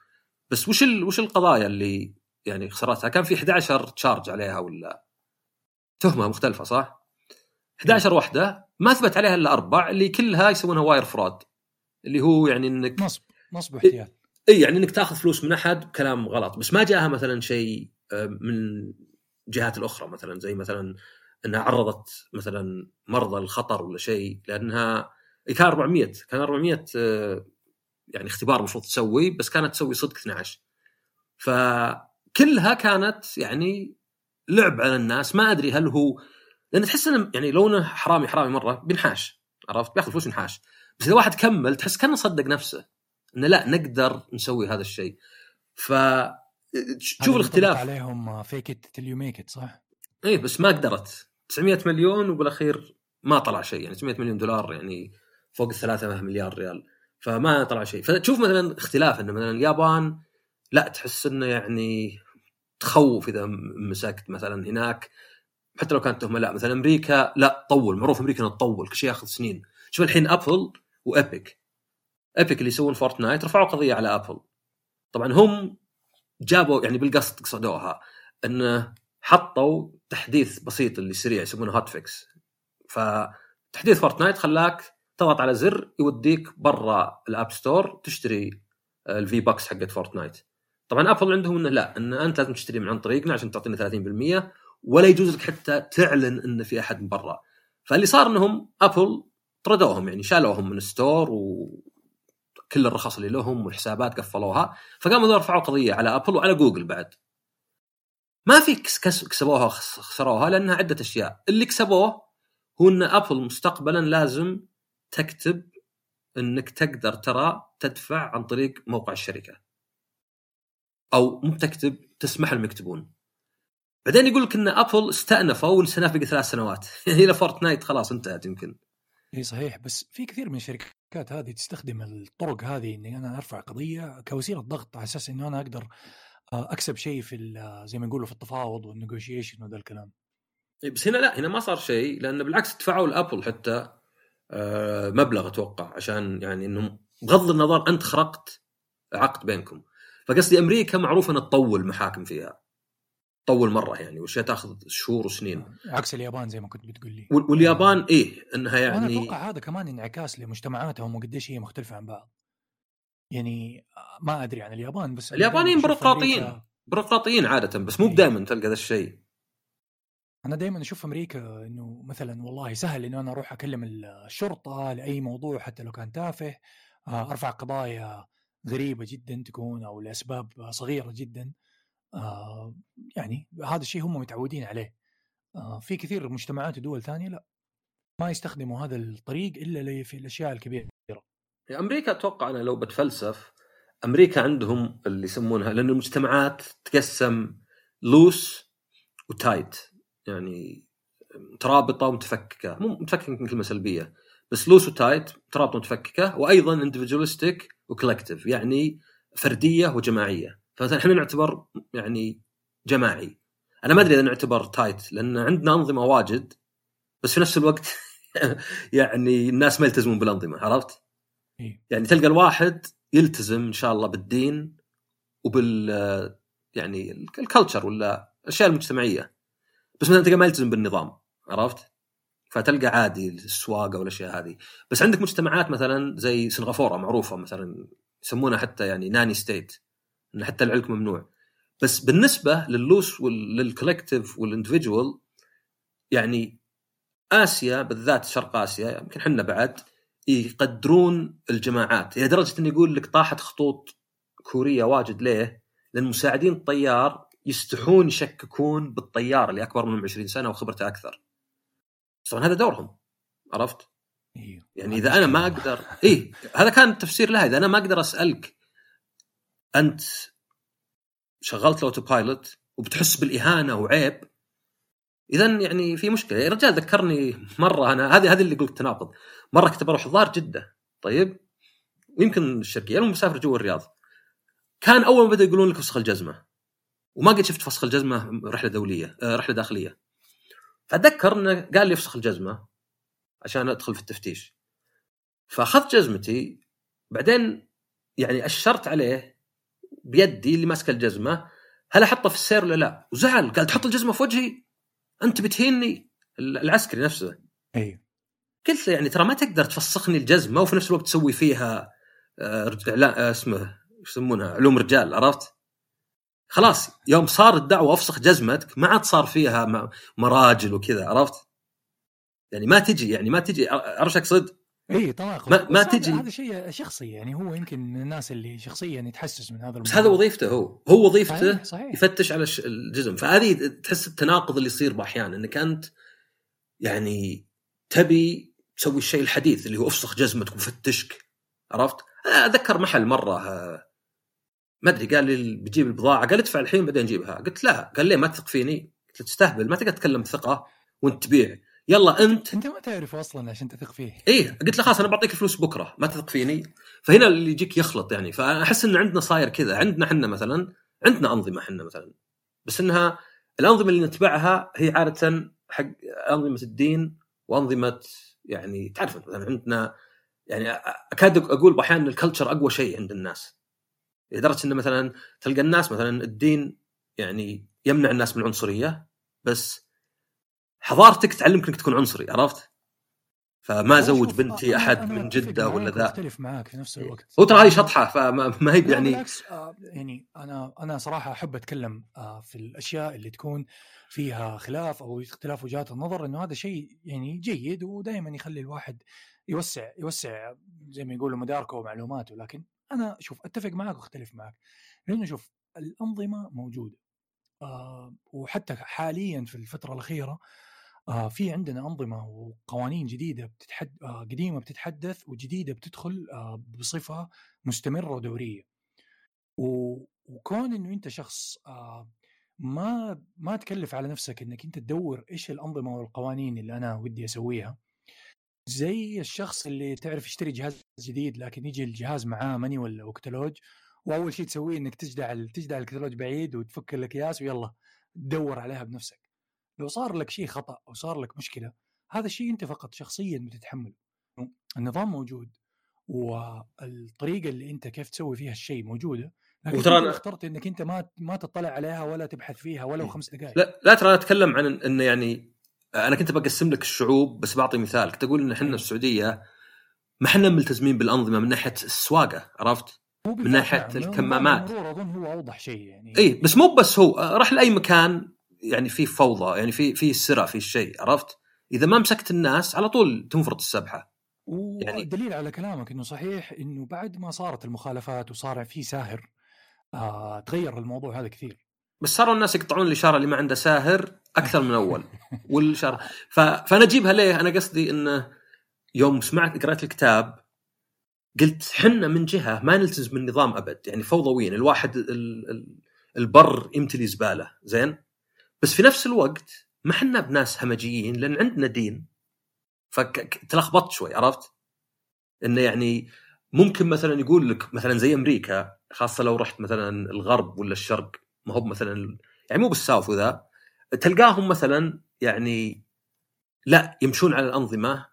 Speaker 1: بس وش ال... وش القضايا اللي يعني خسرتها؟ كان في إحدى عشر تشارج عليها ولا تهمة مختلفة صح؟ إحدى عشر وحدة ما أثبت عليها إلا أربع اللي كلها يسوونها واير فراد، اللي هو يعني إنك
Speaker 2: نصب نصب احتيال.
Speaker 1: إيه يعني إنك تأخذ فلوس من أحد بكلام غلط، بس ما جاءها مثلا شيء من جهات الأخرى مثلا زي مثلا أنها عرضت مثلا مرضى الخطر ولا شيء، لأنها كان أربعمية كان أربعمية يعني اختبار مفروض تسوي، بس كانت تسوي صدق اثنا عشر. فكلها كانت يعني لعب على الناس. ما أدري هل هو لأن تحس إنه يعني لو إنه حرامي حرامي مرة بنحاش، عرفت، بياخذ فلوس ينحاش. بس إذا واحد كمل تحس كأنه صدق نفسه إنه لا نقدر نسوي هذا الشيء. ف شوف الاختلاف
Speaker 2: عليهم فيك ات تل يو ميك ات صح؟
Speaker 1: إيه بس ما قدرت. تسعمية مليون وبالأخير ما طلع شيء، يعني تسعمية مليون دولار يعني فوق الثلاثة مليار ريال، فما طلع شيء. فتشوف مثلا اختلاف إنه مثلا اليابان لا تحس إنه يعني تخوف إذا مسكت مثلا هناك حتى لو كانت تهمة. لا مثلا أمريكا لا طول، معروف أمريكا إنها تطول كل شيء ياخذ سنين. شوف الحين أبل وإبك، إبك اللي يسوون فورتنايت رفعوا قضية على أبل. طبعا هم جابوا يعني بالقصد قصدوها إنه حطوا تحديث بسيط اللي سريع يسمونه هوت فيكس. فتحديث فورتنايت خلاك تضغط على زر يوديك برا الاب ستور تشتري الفي بوكس حقت فورتنايت. طبعا ابل عندهم انه لا، ان انت لازم تشتري من عن طريقنا عشان تعطينا ثلاثين بالمية، ولا يجوز لك حتى تعلن ان في احد من برا. فاللي صار انهم ابل طردوهم، يعني شالوهم من الستور وكل الرخص اللي لهم والحسابات قفلوها. فقاموا ذول رفعوا قضيه على ابل وعلى جوجل بعد. ما في كسبوها خسروها لأنها عدة أشياء. اللي كسبوه هو أن أبل مستقبلا لازم تكتب أنك تقدر ترى تدفع عن طريق موقع الشركة، أو مو تكتب تسمح لهم يكتبون. بعدين يقول لك أن أبل استأنفوا والسنة بقى ثلاث سنوات يعني إلى فورتنايت خلاص انتهت يمكن.
Speaker 2: إيه صحيح، بس في كثير من الشركات هذه تستخدم الطرق هذه إني أنا أرفع قضية كوسيلة ضغط على أساس إنه أنا أقدر أكسب شيء في زي ما نقوله في التفاوض والنيغوشيشن وذا الكلام.
Speaker 1: بس هنا لا، هنا ما صار شيء، لأن بالعكس دفعوا الأبل حتى مبلغ أتوقع عشان يعني إنهم بغض النظر أنت خرقت عقد بينكم. فقصدي أمريكا معروفة أن تطول محاكم فيها، طول مرة يعني، وشيء تأخذ شهور وسنين
Speaker 2: عكس اليابان زي ما كنت بتقول لي.
Speaker 1: واليابان آه. إيه إنها يعني
Speaker 2: وأنا أتوقع هذا كمان انعكاس لمجتمعاتهم وقديش هي مختلفة عن بعض. يعني ما أدري عن اليابان، بس
Speaker 1: اليابانيين بيروقراطيين بيروقراطيين عادة، بس مو دائما تلقى ذا الشيء.
Speaker 2: أنا دائما أشوف أمريكا إنه مثلا والله سهل إنه أنا أروح أكلم الشرطة لأي موضوع حتى لو كان تافه، أرفع قضايا غريبة جدا تكون أو لأسباب صغيرة جدا. يعني هذا الشيء هم متعودين عليه. في كثير مجتمعات ودول ثانية لا، ما يستخدموا هذا الطريق إلا في الأشياء الكبيرة.
Speaker 1: في أمريكا أتوقع أنا لو بتفلسف، أمريكا عندهم اللي يسمونها، لأن المجتمعات تقسم لوس وتايت، يعني مترابطة ومتفككة. مو متفككة يمكن كلمة سلبية، بس لوس وتايت مترابطة ومتفككة، وأيضا انديفيدواليستيك وكولكتيف، يعني فردية وجماعية. فمثلا احنا نعتبر يعني جماعي. أنا ما أدري إذا نعتبر تايت لأن عندنا أنظمة واجد، بس في نفس الوقت يعني الناس ما يلتزمون بالأنظمة، عرفت؟ يعني تلقى الواحد يلتزم إن شاء الله بالدين وبال يعني الكالتشر ولا الأشياء المجتمعية، بس مثلا تلقى ما يلتزم بالنظام، عرفت؟ فتلقى عادي السواقة والأشياء هذه. بس عندك مجتمعات مثلا زي سنغافورة معروفة مثلا يسمونها حتى يعني ناني ستيت، إن حتى العلك ممنوع. بس بالنسبة لللوس وللكولكتيف والاندفيديوال، يعني آسيا بالذات شرق آسيا يمكن حنا بعد يقدرون الجماعات إلى درجة إنه يقول لك طاحت خطوط كورية واجد. ليه؟ لأن مساعدين الطيار يستحون يشككون بالطيار اللي أكبر منهم عشرين سنة وخبرته أكثر. طبعا هذا دورهم، عرفت؟ يعني إذا أنا ما أقدر إيه هذا كان التفسير لها. إذا أنا ما أقدر أسألك أنت شغلت لوتو بايلوت وبتحس بالإهانة وعيب، إذن يعني في مشكلة. يا رجال ذكرني مرة، أنا هذه هذه اللي قلت تناقض. مرة كنت بروح الظاهر جدة، طيب، ويمكن الشرقية، أنا مسافر جوا الرياض. كان أول ما بدأ يقولون لك فسخ الجزمة، وما قد شفت فسخ الجزمة رحلة دولية رحلة داخلية. فأتذكر إنه قال لي فسخ الجزمة عشان أدخل في التفتيش. فأخذت جزمتي، بعدين يعني أشرت عليه بيدي اللي ماسك الجزمه هل احطه في السير ولا لا، وزعل قال تحط الجزمه في وجهي انت بتهيني. العسكري نفسه
Speaker 2: اي
Speaker 1: قلت له يعني ترى ما تقدر تفسخني الجزمه وفي نفس الوقت تسوي فيها آه لا اسمه يسمونها علوم رجال، عرفت؟ خلاص يوم صار الدعوه افسخ جزمتك ما عاد صار فيها مراجل وكذا، عرفت؟ يعني ما تجي يعني ما تجي عرفت اقصد؟
Speaker 2: اي طبعا
Speaker 1: ما, ما تجي.
Speaker 2: هذا شيء شخصي يعني، هو يمكن الناس اللي شخصيا يتحسس من هذا الموضوع،
Speaker 1: بس هذا وظيفته، هو هو وظيفته
Speaker 2: صحيح صحيح.
Speaker 1: يفتش على الجزم. فهذه تحس التناقض اللي يصير باحيان انك انت يعني تبي تسوي الشيء الحديث اللي هو افسخ جزمتك وفتشك، عرفت؟ انا اتذكر محل مره ما ادري قال لي بجيب البضاعه، قال ادفع الحين بعدين نجيبها. قلت لا. قال لي ما تثق فيني؟ قلت له تستهبل، ما تقدر تتكلم بثقه وانت تبيع. يلا انت
Speaker 2: انت ما تعرفه اصلا عشان تثق فيه.
Speaker 1: ايه قلت له خلاص انا بعطيك الفلوس بكره، ما تثق فيني. فهنا اللي يجيك يخلط يعني. فانا احس ان عندنا صاير كذا، عندنا احنا مثلا عندنا انظمه احنا مثلا، بس انها الانظمه اللي نتبعها هي عاده حق انظمه الدين وانظمه يعني تعرف مثلا عندنا يعني اكاد اقول باحيان الكلتشر اقوى شيء عند الناس، لدرجه ان مثلا تلقى الناس مثلا الدين يعني يمنع الناس من العنصريه، بس حضارتك تعلمك انك تكون عنصري، عرفت؟ فما زوج بنتي احد أنا من جده ولا ذا.
Speaker 2: اختلف معاك في نفس الوقت.
Speaker 1: هو ترى هاي شطحه فما ما هي يعني
Speaker 2: بالعكس آه يعني انا انا صراحه احب اتكلم آه في الاشياء اللي تكون فيها خلاف او اختلاف وجهات النظر، انه هذا شيء يعني جيد ودائما يخلي الواحد يوسع يوسع زي ما يقولوا مداركه ومعلوماته. لكن انا شوف اتفق معك واختلف معك، لانه شوف الانظمه موجوده آه وحتى حاليا في الفتره الاخيره آه في عندنا أنظمة وقوانين جديدة بتتحد آه قديمة بتتحدث وجديدة بتدخل آه بصفة مستمرة ودورية. وكون إنه أنت شخص آه ما ما تكلف على نفسك إنك أنت تدور إيش الأنظمة والقوانين اللي أنا ودي أسويها، زي الشخص اللي تعرف يشتري جهاز جديد لكن يجي الجهاز معاه ماني ولا وكتالوج، وأول شيء تسويه إنك تجدع تجدع الكتالوج بعيد وتفك الأكياس ويلا تدور عليها بنفسك. لو صار لك شيء خطأ أو صار لك مشكلة، هذا الشيء أنت فقط شخصيا بتتحمله. النظام موجود والطريقة اللي أنت كيف تسوي فيها الشيء موجودة، لكن أنت أنا... اخترت أنك أنت ما ما تطلع عليها ولا تبحث فيها ولو خمس دقائق.
Speaker 1: لا لا ترى أتكلم عن إنه يعني أنا كنت بقسم لك الشعوب، بس بعطي مثال. كنت أقول إن إحنا في السعودية ما إحنا ملتزمين بالأنظمة من ناحية السواقة، عرفت؟ من ناحية الكمامات
Speaker 2: أظن هو أوضح شيء يعني.
Speaker 1: إيه بس مو بس هو راح لأي مكان يعني في فوضى، يعني في في السرعة في الشيء، عرفت؟ إذا ما مسكت الناس على طول تنفرط السبحة.
Speaker 2: والدليل يعني على كلامك إنه صحيح إنه بعد ما صارت المخالفات وصار في ساهر آه تغير الموضوع هذا كثير.
Speaker 1: بس صاروا الناس يقطعون الإشارة اللي ما عنده ساهر أكثر من أول والإشارة ف... فأنا أجيبها ليه؟ أنا قصدي إنه يوم سمعت قرأت الكتاب قلت حنا من جهة ما نلتزم بالنظام أبد، يعني فوضويين، الواحد ال... ال... البر يمتلي زبالة زين، بس في نفس الوقت ما حنا بناس همجيين لأن عندنا دين، فتلخبطت شوي، عرفت؟ إنه يعني ممكن مثلا يقول لك مثلا زي أمريكا، خاصة لو رحت مثلا الغرب ولا الشرق، ما هو مثلا يعني مو بالساوث وذا، تلقاهم مثلا يعني لا يمشون على الأنظمة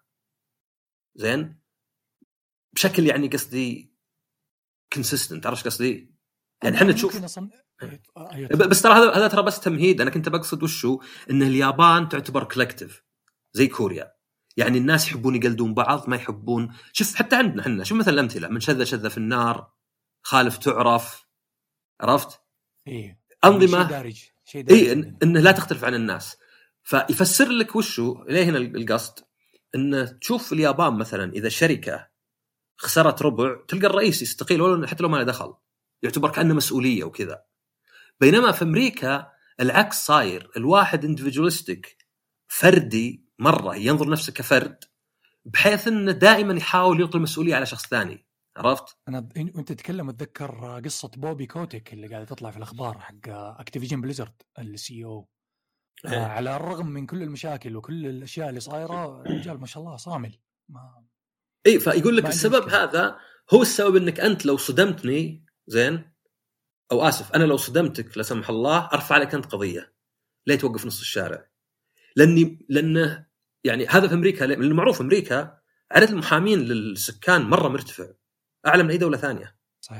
Speaker 1: زين بشكل يعني قصدي consistent، عرفت قصدي؟ يعني احنا تشوف
Speaker 2: أصلاً...
Speaker 1: بس ترى هذا هذا ترى بس تمهيد. انا كنت بقصد وشو ان اليابان تعتبر كولكتيف زي كوريا، يعني الناس يحبون يقلدون بعض ما يحبون. شوف حتى عندنا احنا شوف مثلا الامثله من شذ شذ في النار خالف تعرف، عرفت؟
Speaker 2: ايه
Speaker 1: انظمه
Speaker 2: شيء دارج شيء دارج
Speaker 1: ايه إن انه لا تختلف عن الناس. فيفسر لك وشو ليه هنا القصد ان تشوف اليابان مثلا اذا شركه خسرت ربع تلقى الرئيس يستقيل ولا حتى لو ما له دخل، يعتبر كأنه مسؤوليه وكذا. بينما في امريكا العكس صاير، الواحد اندفيدوالستيك فردي مره، ينظر نفسه كفرد بحيث انه دائما يحاول يلقي المسؤوليه على شخص ثاني، عرفت؟
Speaker 2: انا وانت تتكلم اتذكر قصه بوبي كوتيك اللي قاعده تطلع في الاخبار حق اكتيفيجن بليزرد السي او آه على الرغم من كل المشاكل وكل الاشياء اللي صايره الرجال ما شاء الله صامل ما
Speaker 1: اي فيقول لك السبب هذا هو السبب انك انت لو صدمتني زين او اسف انا لو صدمتك لا سمح الله ارفع لك انت قضيه، ليه توقف نص الشارع؟ لاني لانه يعني هذا في امريكا، من المعروف امريكا عدد المحامين للسكان مره مرتفع، اعلى من اي دوله ثانيه.
Speaker 2: صحيح.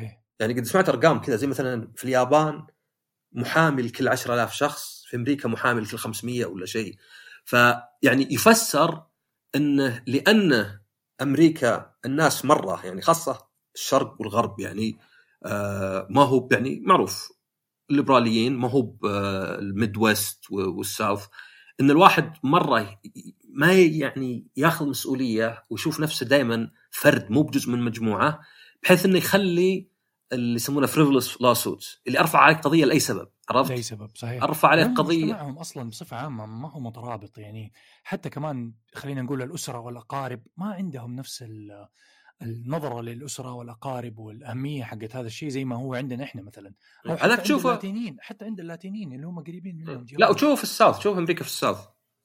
Speaker 1: يعني قد سمعت ارقام كذا زي مثلا في اليابان محامي لكل عشرة آلاف شخص، في امريكا محامي لكل خمسمية ولا شيء. فيعني يفسر انه لان امريكا الناس مره يعني خاصه الشرق والغرب يعني آه ما هو يعني معروف الليبراليين، ما هو الميد ويست والساوث، ان الواحد مره ما يعني ياخذ مسؤوليه ويشوف نفسه دائما فرد مو بجزء من مجموعه، بحيث انه يخلي اللي يسمونه فريفلس لاسوتس اللي ارفع عليك قضيه لاي سبب، عرفت؟
Speaker 2: لاي سبب صحيح.
Speaker 1: ارفع عليك قضيه.
Speaker 2: مجتمعهم اصلا بصفه عامه ما هو مترابط، يعني حتى كمان خلينا نقول الاسره والاقارب ما عندهم نفس النظره للاسره والاقارب والاهميه حقت هذا الشيء زي ما هو عندنا احنا مثلا، او حتى عند اللاتينيين، حتى عند اللاتينيين اللي هم قريبين منهم.
Speaker 1: لا وتشوف في الساوث، تشوف امريكا في الساوث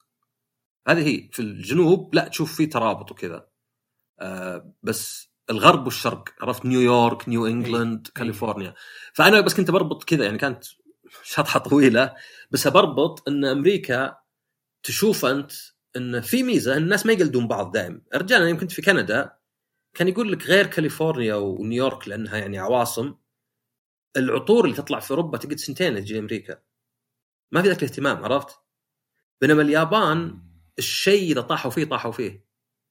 Speaker 1: هذه هي، في الجنوب لا تشوف فيه ترابط وكذا، آه بس الغرب والشرق، عرفت؟ نيويورك، نيو انجلاند، أي. كاليفورنيا. فانا بس كنت بربط كذا، يعني كانت شطحه طويله بس بربط ان امريكا تشوف انت ان في ميزه الناس ما يقلدون بعض دائم. رجال يمكن في كندا كان يقول لك غير كاليفورنيا ونيويورك لانها يعني عواصم، العطور اللي تطلع في اوروبا تقعد سنتين تجي امريكا، ما في ذاك الاهتمام، عرفت؟ بينما اليابان الشيء اذا طاحوا فيه طاحوا فيه.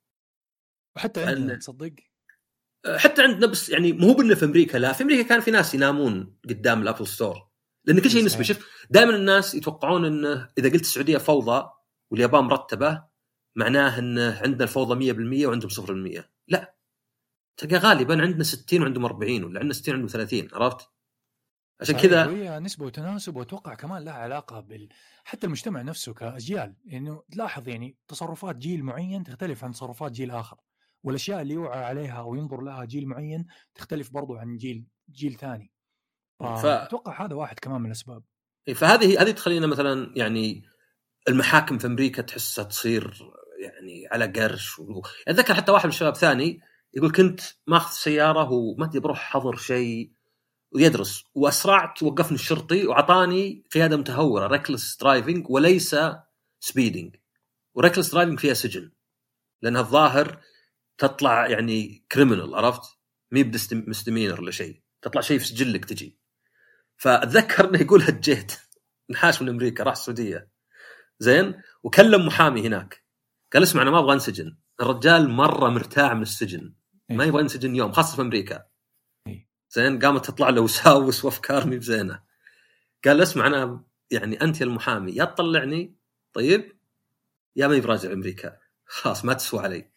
Speaker 2: وحتى عندنا تصدق
Speaker 1: حتى عندنا، بس يعني مو بأنه في أمريكا، لا في أمريكا كان في ناس ينامون قدام الأبل ستور لأن كل شيء نسبي. شوف دائما الناس يتوقعون أنه إذا قلت السعودية فوضى واليابان مرتبة معناه أنه عندنا الفوضى مية بالمية وعندهم صفر بالمية. لا، تلقى غالبا عندنا ستين وعندهم أربعين، ولا عندنا ستين وعندهم ثلاثين، عرفت؟ عشان كذا
Speaker 2: هي نسبة وتناسب، وأتوقع كمان لها علاقة بال حتى المجتمع نفسه كأجيال، إنه يعني تلاحظ يعني تصرفات جيل معين تختلف عن تصرفات جيل آخر، والأشياء اللي يوعى عليها وينظر لها جيل معين تختلف برضو عن جيل جيل ثاني. فأتوقع هذا واحد كمان من الأسباب.
Speaker 1: فهذه هذه تخلينا مثلا يعني المحاكم في أمريكا تحسها تصير يعني على قرش و... أتذكر حتى واحد من الشباب ثاني يقول كنت ماخذ سيارة وما أدري بروح حضر شيء ويدرس، وأسرعت وقفني الشرطي وعطاني قيادة متهورة ريكلس درايفنج وليس سبيدينج، وريكلس درايفنج فيها سجن لأنها الظاهر تطلع يعني كريمنال، عرفت؟ مي بمستمينر ولا شيء، تطلع شيء في سجلك تجي. فأتذكر إنه يقول هجيت نحاش من أمريكا راح السعودية زين، وكلم محامي هناك قال اسمع أنا ما أبغى انسجن. الرجال مرة مرتاع من السجن، ما يبغى ينسجن يوم، خاصة في أمريكا زين. قامت تطلع له وساوس وأفكار مي بزينة. قال اسمع أنا يعني أنت المحامي يا تطلعني طيب يا ما يبراجع أمريكا، خلاص ما تسوى علي.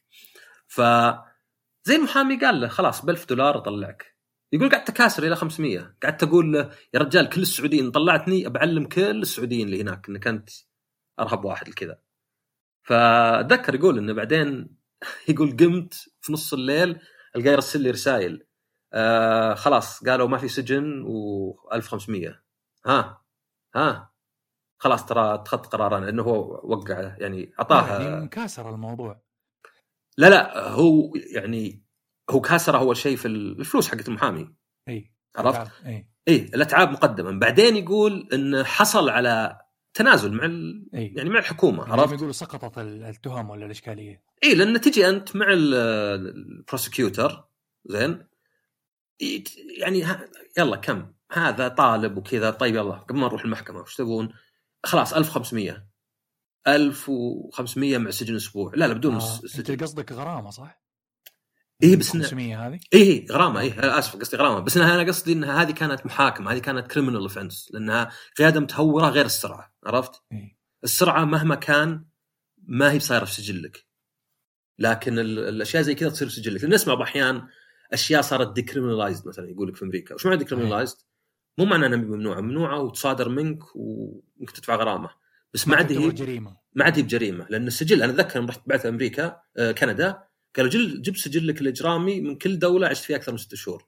Speaker 1: فزي المحامي قال له خلاص بألف دولار أطلعك. يقول قعدت تكاسر إلى خمسمية، قعدت أقول له يا رجال كل السعوديين طلعتني أبعلم كل السعوديين اللي هناك إنك أنت أرهب واحد الكذا. فأتذكر يقول إنه بعدين يقول قمت في نص الليل القى يرسل لي رسائل آه خلاص قالوا ما في سجن وألف وخمسمية، ها ها خلاص ترى اتخذت قرارنا انه هو وقع يعني اعطاها
Speaker 2: يعني مكاسر الموضوع.
Speaker 1: لا لا هو يعني هو كاسر اول شيء في الفلوس حقت المحامي،
Speaker 2: اي
Speaker 1: عرفت؟
Speaker 2: اي
Speaker 1: اي الاتعاب مقدما. بعدين يقول انه حصل على تنازل مع ال... يعني مع الحكومه،
Speaker 2: يعني
Speaker 1: عرفت؟
Speaker 2: يقولوا سقطت التهم ولا الاشكاليه.
Speaker 1: اي لان تجي انت مع البروسيكيوتر زين يعني يلا كم هذا طالب وكذا، طيب يلا قبل ما نروح المحكمة وش تبون؟ خلاص ألف وخمسمية ألف وخمسمية مع سجن أسبوع. لا لا بدون
Speaker 2: آه.
Speaker 1: سجن.
Speaker 2: أنت قصدك غرامة صح؟
Speaker 1: إيه بس
Speaker 2: خمسمية هذه؟
Speaker 1: إيه غرامة. إيه آسف قصدي غرامة، بس أنا قصدي إنها هذه كانت محاكمة، هذه كانت كريمنال أوفنس لأنها قيادة متهورة غير السرعة، عرفت؟
Speaker 2: إيه؟
Speaker 1: السرعة مهما كان ما هي بصايرة في سجلك، لكن الأشياء زي كذا تصير في سجلك. نسمع بأحيان أشياء صارت ديكريمنالايزد مثلا يقولك في أمريكا. وش معنى ديكريمنالايزد؟ مو معنى أنها ممنوعة، ممنوعة وتصادر منك وممكن تدفع غرامة، بس ما عاد هي
Speaker 2: جريمة،
Speaker 1: ما عاد هي بجريمة. لأن السجل أنا أتذكر رحت بعث أمريكا آه كندا قالوا جل جيب سجلك الإجرامي من كل دولة عشت فيها أكثر من ستة شهور.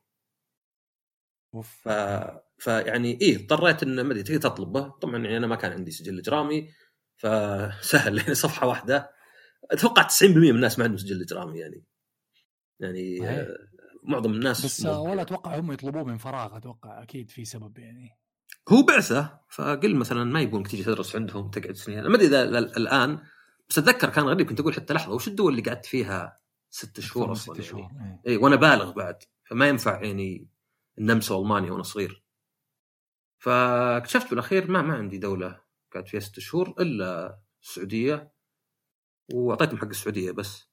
Speaker 1: ف... فيعني إيه اضطريت إن ما أدري تيجي تطلبه. طبعا يعني أنا ما كان عندي سجل إجرامي فسهل يعني صفحة واحدة. أتوقع تسعين بالمية من الناس ما عندهم سجل إجرامي يعني يعني آه معظم الناس
Speaker 2: بس ولا أتوقع هم يطلبوه من فراغ، أتوقع أكيد في سبب يعني.
Speaker 1: هو بعثة فقل مثلا ما يبونك تيجي تدرس عندهم تقعد سنين. ما أدري إذا الآن، بس أتذكر كان غريب كنت أقول حتى لحظة وش الدول اللي قعدت فيها ست شهور أصلا
Speaker 2: ست شهور
Speaker 1: يعني.
Speaker 2: يعني.
Speaker 1: إيه وأنا بالغ بعد فما ينفع يعني النمسا والمانيا وانا صغير. فاكتشفت بالاخير ما ما عندي دوله كانت فيها ست شهور الا السعوديه، واعطيتهم حق السعوديه بس.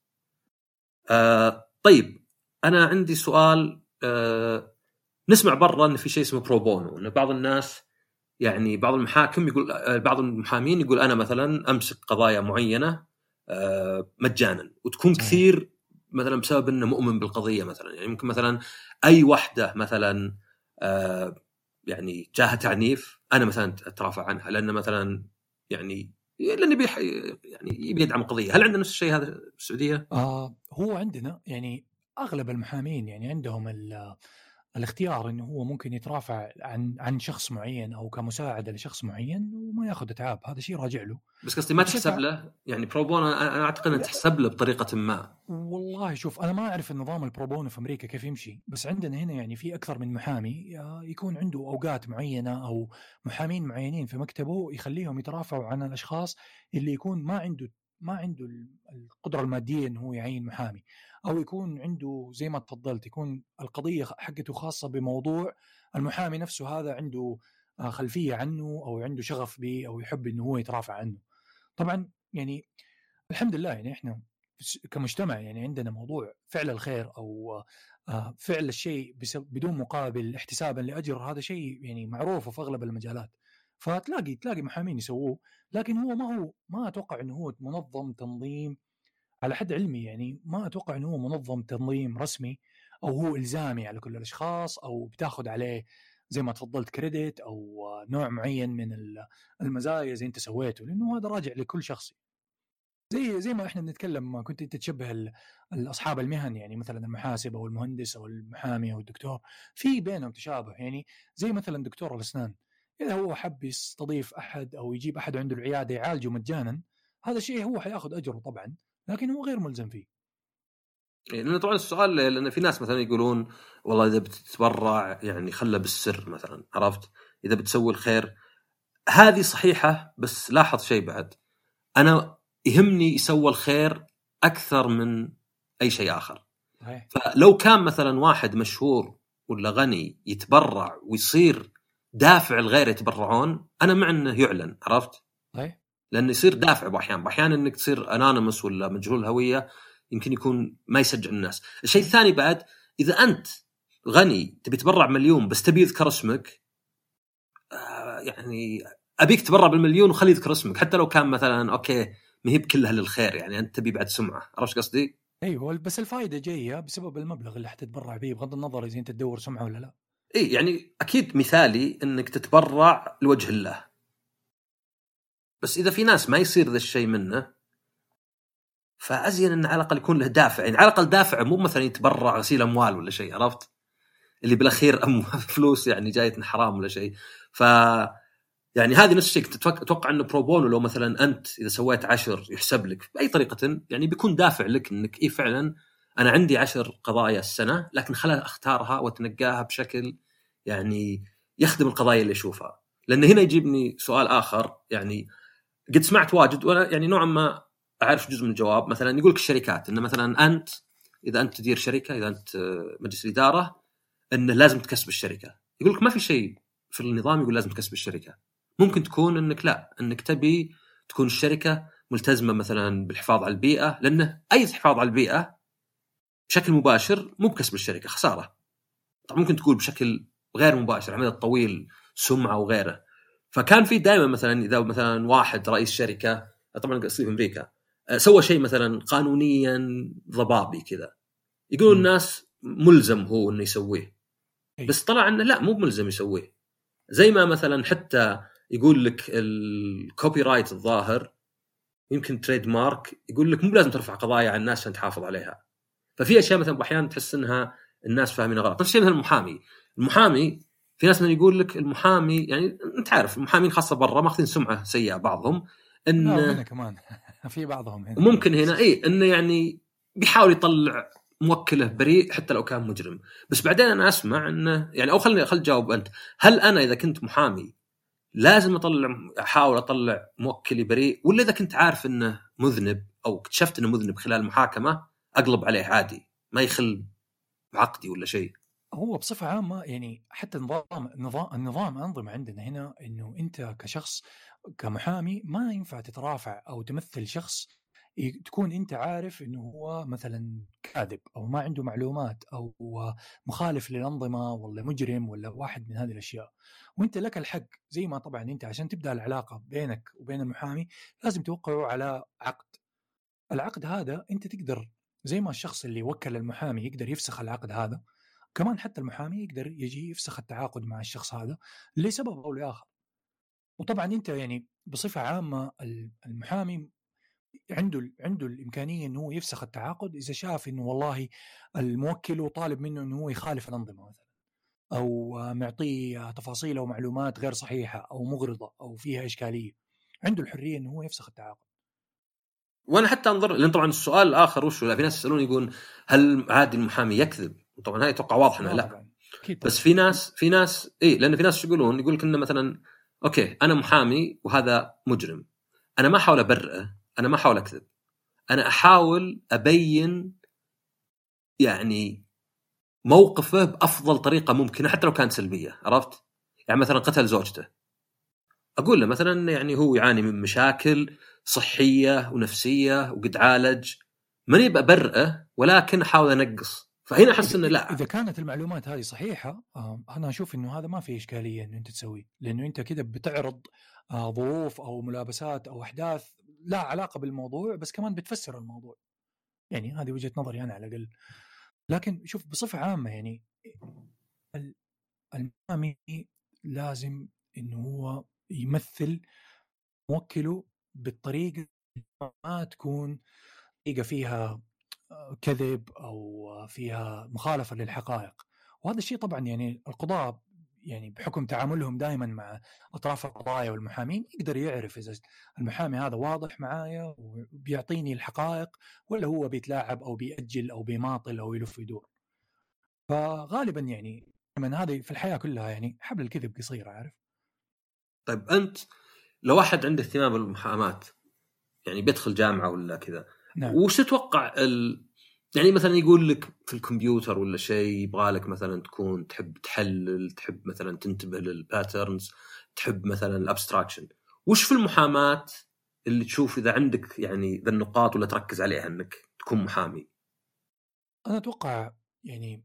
Speaker 1: آه طيب انا عندي سؤال. آه نسمع برا ان في شيء اسمه بروبونو، ان بعض الناس يعني بعض المحاكم يقول، بعض المحامين يقول انا مثلا امسك قضايا معينه آه مجانا، وتكون
Speaker 2: صحيح.
Speaker 1: كثير مثلا بسبب انه مؤمن بالقضيه. مثلا يعني ممكن مثلا اي وحده مثلا آه يعني جاها تعنيف انا مثلا اترافع عنها لان مثلا يعني لاني بيح يعني يبي يدعم القضيه. هل عندنا نفس الشيء هذا في السعوديه؟
Speaker 2: آه هو عندنا يعني اغلب المحامين يعني عندهم الاختيار انه هو ممكن يترافع عن عن شخص معين او كمساعده لشخص معين وما ياخذ اتعاب، هذا شيء راجع له.
Speaker 1: بس قصدي ما تحسب له يعني بروبونو، انا اعتقد ان تحسب له بطريقه ما.
Speaker 2: والله شوف انا ما اعرف النظام البروبونو في امريكا كيف يمشي، بس عندنا هنا يعني في اكثر من محامي يكون عنده اوقات معينه او محامين معينين في مكتبه يخليهم يترافعوا عن الاشخاص اللي يكون ما عنده ما عنده القدره الماديه انه هو يعين محامي، او يكون عنده زي ما تفضلت يكون القضيه حقته خاصه بموضوع المحامي نفسه هذا عنده خلفيه عنه او عنده شغف به او يحب انه هو يترافع عنه. طبعا يعني الحمد لله يعني احنا كمجتمع يعني عندنا موضوع فعل الخير او فعل الشيء بدون مقابل احتسابا لاجر، هذا شيء يعني معروف في اغلب المجالات، فتلاقي تلاقي محامين يسووه، لكن هو ما هو ما اتوقع انه هو منظم تنظيم على حد علمي، يعني ما اتوقع انه هو منظم تنظيم رسمي او هو الزامي على كل الاشخاص او بتاخذ عليه زي ما تفضلت كريدت او نوع معين من المزايا زي انت سويته، لانه هذا راجع لكل شخص. زي زي ما احنا بنتكلم كنت انت تشبه الاصحاب المهن، يعني مثلا المحاسب او المهندس او المحامي او الدكتور في بينهم تشابه، يعني زي مثلا دكتور الاسنان اذا هو حب يستضيف احد او يجيب احد عنده العياده يعالجه مجانا، هذا الشيء هو حياخذ اجره طبعا، لكن هو غير ملزم فيه.
Speaker 1: لأن طبعا السؤال لأن في ناس مثلا يقولون والله إذا بتتبرع يعني خله بالسر مثلا، عرفت؟ إذا بتسوي الخير هذه صحيحة، بس لاحظ شيء بعد، أنا يهمني يسوي الخير أكثر من أي شيء آخر.
Speaker 2: صحيح.
Speaker 1: فلو كان مثلا واحد مشهور ولا غني يتبرع ويصير دافع الغير يتبرعون، أنا مع أنه يعلن، عرفت؟
Speaker 2: صحيح.
Speaker 1: لأنه يصير دافع بأحيان بأحيان أنك تصير أنونيمس ولا مجهول هوية يمكن يكون ما يسجل الناس. الشيء الثاني بعد، إذا أنت غني تبي تبرع مليون بس تبي يذكر اسمك، آه يعني أبيك تبرع بالمليون وخلي يذكر اسمك حتى لو كان مثلا أوكي ما هي بكلها للخير، يعني أنت تبي بعد سمعة، عرفت قصدي؟
Speaker 2: ايوه بس الفائده جايه بسبب المبلغ اللي حتتبرع به بغض النظر اذا انت تدور سمعه ولا لا.
Speaker 1: إيه يعني أكيد مثالي أنك تتبرع لوجه الله، بس إذا في ناس ما يصير ذا الشيء منه فأزين أن على الأقل يكون له دافع، يعني على الأقل دافع مو مثلا يتبرع غسيل أموال ولا شيء، عرفت؟ اللي بالأخير أم فلوس يعني جايتنا حرام ولا شيء. ف يعني هذه نفس الشيء. تتوقع أنه بروبونو لو مثلا أنت إذا سويت عشر يحسب لك بأي طريقة، يعني بيكون دافع لك أنك إيه فعلا أنا عندي عشر قضايا السنة لكن خلها أختارها وتنقاها بشكل يعني يخدم القضايا اللي أشوفها. لأن هنا يجيبني سؤال آخر، يعني قد سمعت واجد وأنا يعني نوعا ما أعرف جزء من الجواب. مثلا يقولك الشركات إن مثلا أنت إذا أنت تدير شركة، إذا أنت مجلس الإدارة، إنه لازم تكسب الشركة. يقولك ما في شيء في النظام يقول لازم تكسب الشركة. ممكن تكون إنك لا، إنك تبي تكون الشركة ملتزمة مثلا بالحفاظ على البيئة، لأنه أي حفاظ على البيئة بشكل مباشر مو بكسب الشركة، خسارة. طبعا ممكن تقول بشكل غير مباشر على المدى الطويل سمعة وغيره. فكان في دائما مثلا إذا مثلا واحد رئيس شركة، طبعا قصدي في أمريكا، سوى شيء مثلا قانونيا ضبابي كذا، يقولون الناس ملزم هو إنه يسويه، بس طلع إنه لا مو ملزم يسويه. زي ما مثلا حتى يقول لك الكوبي رايت الظاهر يمكن تريد مارك، يقول لك مو لازم ترفع قضايا على الناس عشان تحافظ عليها. ففي أشياء مثلا أحيانا تحس إنها الناس فاهمينها غلط. نفس الشيء مثل المحامي. المحامي في ناس من يقول لك المحامي، يعني أنت عارف المحامين خاصة برا ماخذين سمعة سيئة بعضهم، إن
Speaker 2: هنا كمان في بعضهم هنا
Speaker 1: ممكن هنا إيه إنه يعني بيحاول يطلع موكله بريء حتى لو كان مجرم. بس بعدين أنا أسمع إنه يعني أو خلني خل جاوب أنت، هل أنا إذا كنت محامي لازم أطلع أحاول أطلع موكلي بريء، ولا إذا كنت عارف إنه مذنب أو اكتشفت إنه مذنب خلال المحاكمة أقلب عليه عادي ما يخل بعقدي ولا شيء؟
Speaker 2: هو بصفة عامة يعني حتى النظام النظام النظام أنظمة عندنا هنا إنه أنت كشخص كمحامي ما ينفع تترافع أو تمثل شخص ي- تكون أنت عارف إنه هو مثلا كاذب أو ما عنده معلومات أو هو مخالف للأنظمة ولا مجرم ولا واحد من هذه الأشياء. وأنت لك الحق زي ما طبعا أنت عشان تبدأ العلاقة بينك وبين المحامي لازم توقعوا على عقد. العقد هذا أنت تقدر زي ما الشخص اللي وكل المحامي يقدر يفسخ العقد هذا، كمان حتى المحامي يقدر يجي يفسخ التعاقد مع الشخص هذا لسبب أو لآخر. وطبعا أنت يعني بصفة عامة المحامي عنده عنده الإمكانية إنه هو يفسخ التعاقد إذا شاف إنه والله الموكل طالب منه إنه هو يخالف الأنظمة مثلا، أو معطيه تفاصيل أو معلومات غير صحيحة أو مغرضة أو فيها إشكالية، عنده الحرية إنه هو يفسخ التعاقد.
Speaker 1: وانا حتى انظر، لان طبعا السؤال الاخر وش، لا في ناس يسالون يقول هل عادي المحامي يكذب؟ وطبعا هاي اتوقع واضح انها لا
Speaker 2: طبعا. أكيد
Speaker 1: بس
Speaker 2: طبعا.
Speaker 1: في ناس في ناس اي لان في ناس يقولون يقول لك انه مثلا اوكي انا محامي وهذا مجرم، انا ما احاول ابرئه، انا ما احاول اكذب، انا احاول ابين يعني موقفه بافضل طريقه ممكنه حتى لو كانت سلبيه، عرفت؟ يعني مثلا قتل زوجته، اقول له مثلا يعني هو يعاني من مشاكل صحيه ونفسيه وقد عالج، ماني ببرئه ولكن احاول انقص. فهنا احس انه لا،
Speaker 2: اذا كانت المعلومات هذه صحيحه آه انا اشوف انه هذا ما في اشكاليه انه انت تسويه، لانه انت كده بتعرض آه ظروف او ملابسات او احداث لا علاقه بالموضوع بس كمان بتفسر الموضوع. يعني هذه وجهه نظري انا على الاقل. لكن شوف بصفه عامه يعني المحامي لازم انه هو يمثل موكله بالطريقه ما تكون طريقه فيها كذب أو فيها مخالفة للحقائق. وهذا الشيء طبعا يعني القضاء يعني بحكم تعاملهم دائما مع أطراف القضايا والمحامين يقدر يعرف إذا المحامي هذا واضح معايا وبيعطيني الحقائق ولا هو بيتلاعب أو بيأجل أو بيماطل أو يلف يدور. فغالبا يعني من هذه في الحياة كلها يعني حبل الكذب قصير، عارف.
Speaker 1: طيب انت لو واحد عنده اهتمام بالمحاماة يعني بيدخل جامعة ولا كذا،
Speaker 2: نعم.
Speaker 1: وش تتوقع ال... يعني مثلا يقول لك في الكمبيوتر ولا شيء يبغى لك مثلا تكون تحب تحلل، تحب مثلا تنتبه للباترنز، تحب مثلا الابستراكشن، وش في المحاماة اللي تشوف إذا عندك يعني ذا النقاط ولا تركز عليها أنك تكون محامي؟
Speaker 2: أنا أتوقع يعني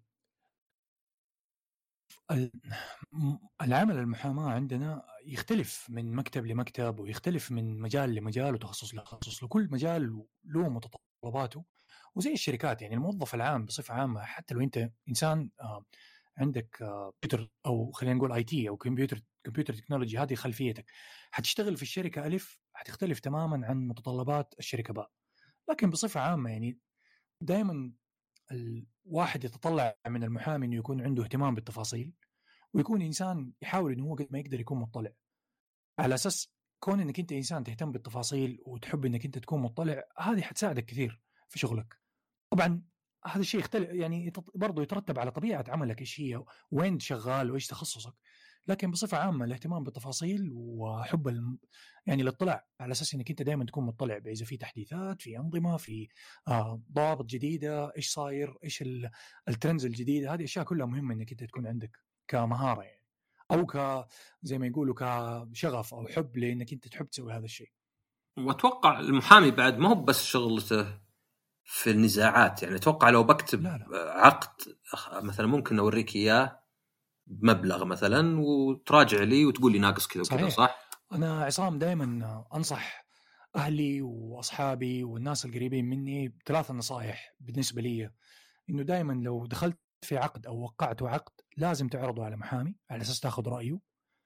Speaker 2: العمل المحاماة عندنا يختلف من مكتب لمكتب ويختلف من مجال لمجال وتخصص لتخصص، لكل مجال له متطلباته. وزي الشركات يعني الموظف العام بصفة عامة حتى لو أنت إنسان عندك كمبيوتر أو خلينا نقول آي تي أو كمبيوتر كمبيوتر تكنولوجي، هذه خلفيتك، حتشتغل في الشركة ألف حتختلف تماما عن متطلبات الشركة باء. لكن بصفة عامة يعني دائما الواحد يتطلع من المحامي إنه يكون عنده اهتمام بالتفاصيل ويكون إنسان يحاول إنه هو قد ما يقدر يكون مطلع، على أساس كون إنك أنت إنسان تهتم بالتفاصيل وتحب إنك أنت تكون مطلع، هذه حتساعدك كثير في شغلك. طبعا هذا الشيء يختلف يعني برضو يترتب على طبيعة عملك إيش هي وين شغال وإيش تخصصك. لكن بصفة عامة الاهتمام بالتفاصيل وحب الم... يعني الاطلاع على أساس إنك أنت دائما تكون مطلع إذا في تحديثات في أنظمة في آه ضوابط جديدة، إيش صاير، إيش الترندز الجديدة، هذه أشياء كلها مهمة إنك أنت تكون عندك كمهارة يعني، أو ك زي ما يقولوا كشغف أو حب لأنك أنت تحب تسوي هذا الشيء.
Speaker 1: وأتوقع المحامي بعد ما هو بس شغلته في النزاعات، يعني أتوقع لو بكتب
Speaker 2: لا لا.
Speaker 1: عقد مثلا ممكن أوريك إياه بمبلغ مثلا وتراجع لي وتقول لي ناقص كذا وكذا، صح؟
Speaker 2: أنا عصام دائما أنصح أهلي وأصحابي والناس القريبين مني بثلاث نصائح بالنسبة لي، إنه دائما لو دخلت في عقد أو وقعتوا عقد لازم تعرضوا على محامي على أساس تأخذ رأيه.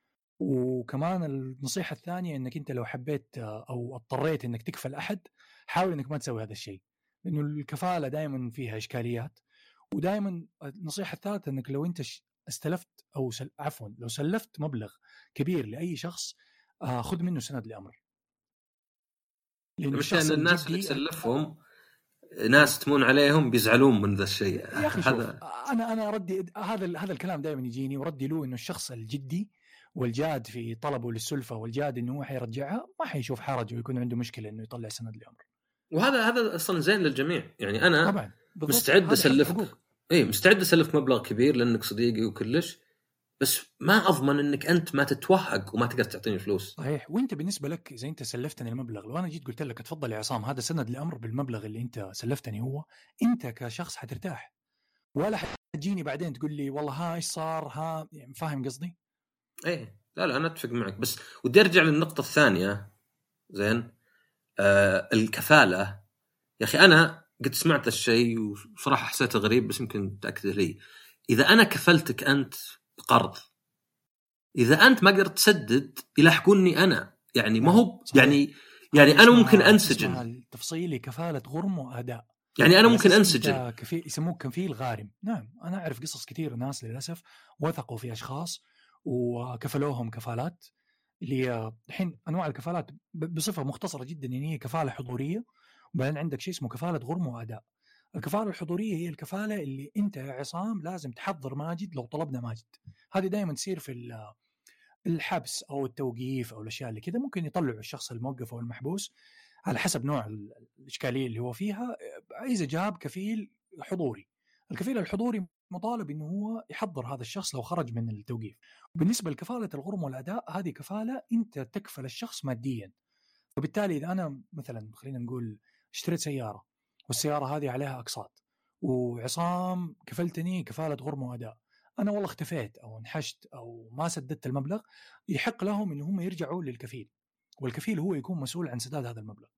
Speaker 2: وكمان النصيحة الثانية إنك أنت لو حبيت أو اضطريت إنك تكفل أحد حاول إنك ما تسوي هذا الشيء، لأنه الكفالة دائما فيها إشكاليات. ودائما النصيحة الثالثة إنك لو أنت استلفت أو سل... عفوا لو سلفت مبلغ كبير لأي شخص آه خذ منه سند لأمر، لأنه
Speaker 1: مش
Speaker 2: الشخص
Speaker 1: يعني الناس اللي
Speaker 2: الجدي
Speaker 1: تسلفهم ناس تمون عليهم بيزعلون من ذا الشيء
Speaker 2: يا أخي شوف
Speaker 1: هذا.
Speaker 2: أنا أنا ردي هذا هذا الكلام دائما يجيني وردي له إنه الشخص الجدي والجاد في طلبه للسلفة والجاد إنه هو حيرجعها ما حيشوف حرج ويكون عنده مشكلة إنه يطلع سند لأمر.
Speaker 1: وهذا هذا اصلا زين للجميع، يعني انا
Speaker 2: طبعا بالضبط
Speaker 1: مستعد
Speaker 2: هذه حق
Speaker 1: اسلفك
Speaker 2: حقوق.
Speaker 1: اي مستعد اسلف مبلغ كبير لانك صديقي وكلش، بس ما اضمن انك انت ما تتوهق وما تقدر تعطيني فلوس.
Speaker 2: صحيح. وانت بالنسبه لك اذا انت سلفتني المبلغ، لو انا جيت قلت لك تفضل يا عصام هذا سند لامر بالمبلغ اللي انت سلفتني، هو انت كشخص حترتاح، ولا حتجيني بعدين تقول لي والله ها ايش صار ها، يعني فاهم قصدي؟
Speaker 1: ايه لا لا انا اتفق معك، بس ودي ارجع للنقطه الثانيه. زين، آه الكفاله يا اخي، انا قد سمعت الشيء وصراحه حسيته غريب، بس يمكن تاكد لي. اذا انا كفلتك انت بقرض، اذا انت ما قدرت تسدد يلاحقوني انا، يعني ما هو يعني يعني انا ممكن انسجن.
Speaker 2: التفصيلي كفاله غرم واداء،
Speaker 1: يعني انا ممكن انسجن.
Speaker 2: كفيل يسموه كفيل غارم. نعم انا اعرف قصص كثير، ناس للاسف وثقوا في اشخاص وكفلوهم كفالات، اللي الحين انواع الكفالات بصفه مختصره جدا، يعني هي كفاله حضوريه، وبعدين عندك شيء اسمه كفاله غرم واداء. الكفاله الحضوريه هي الكفاله اللي انت يا عصام لازم تحضر ماجد لو طلبنا ماجد. هذه دائما تصير في الحبس او التوقيف او الاشياء اللي كذا، ممكن يطلعوا الشخص الموقف او المحبوس على حسب نوع الاشكاليه اللي هو فيها، اذا جاب كفيل حضوري. الكفيل الحضوري مطالب انه هو يحضر هذا الشخص لو خرج من التوقيف. بالنسبه لكفاله الغرم والاداء، هذه كفاله انت تكفل الشخص ماديا. فبالتالي اذا انا مثلا خلينا نقول اشتريت سياره، والسياره هذه عليها اقساط، وعصام كفلتني كفاله غرم واداء، انا والله اختفيت او انحشت او ما سددت المبلغ، يحق لهم ان هم يرجعوا للكفيل، والكفيل هو يكون مسؤول عن سداد هذا المبلغ.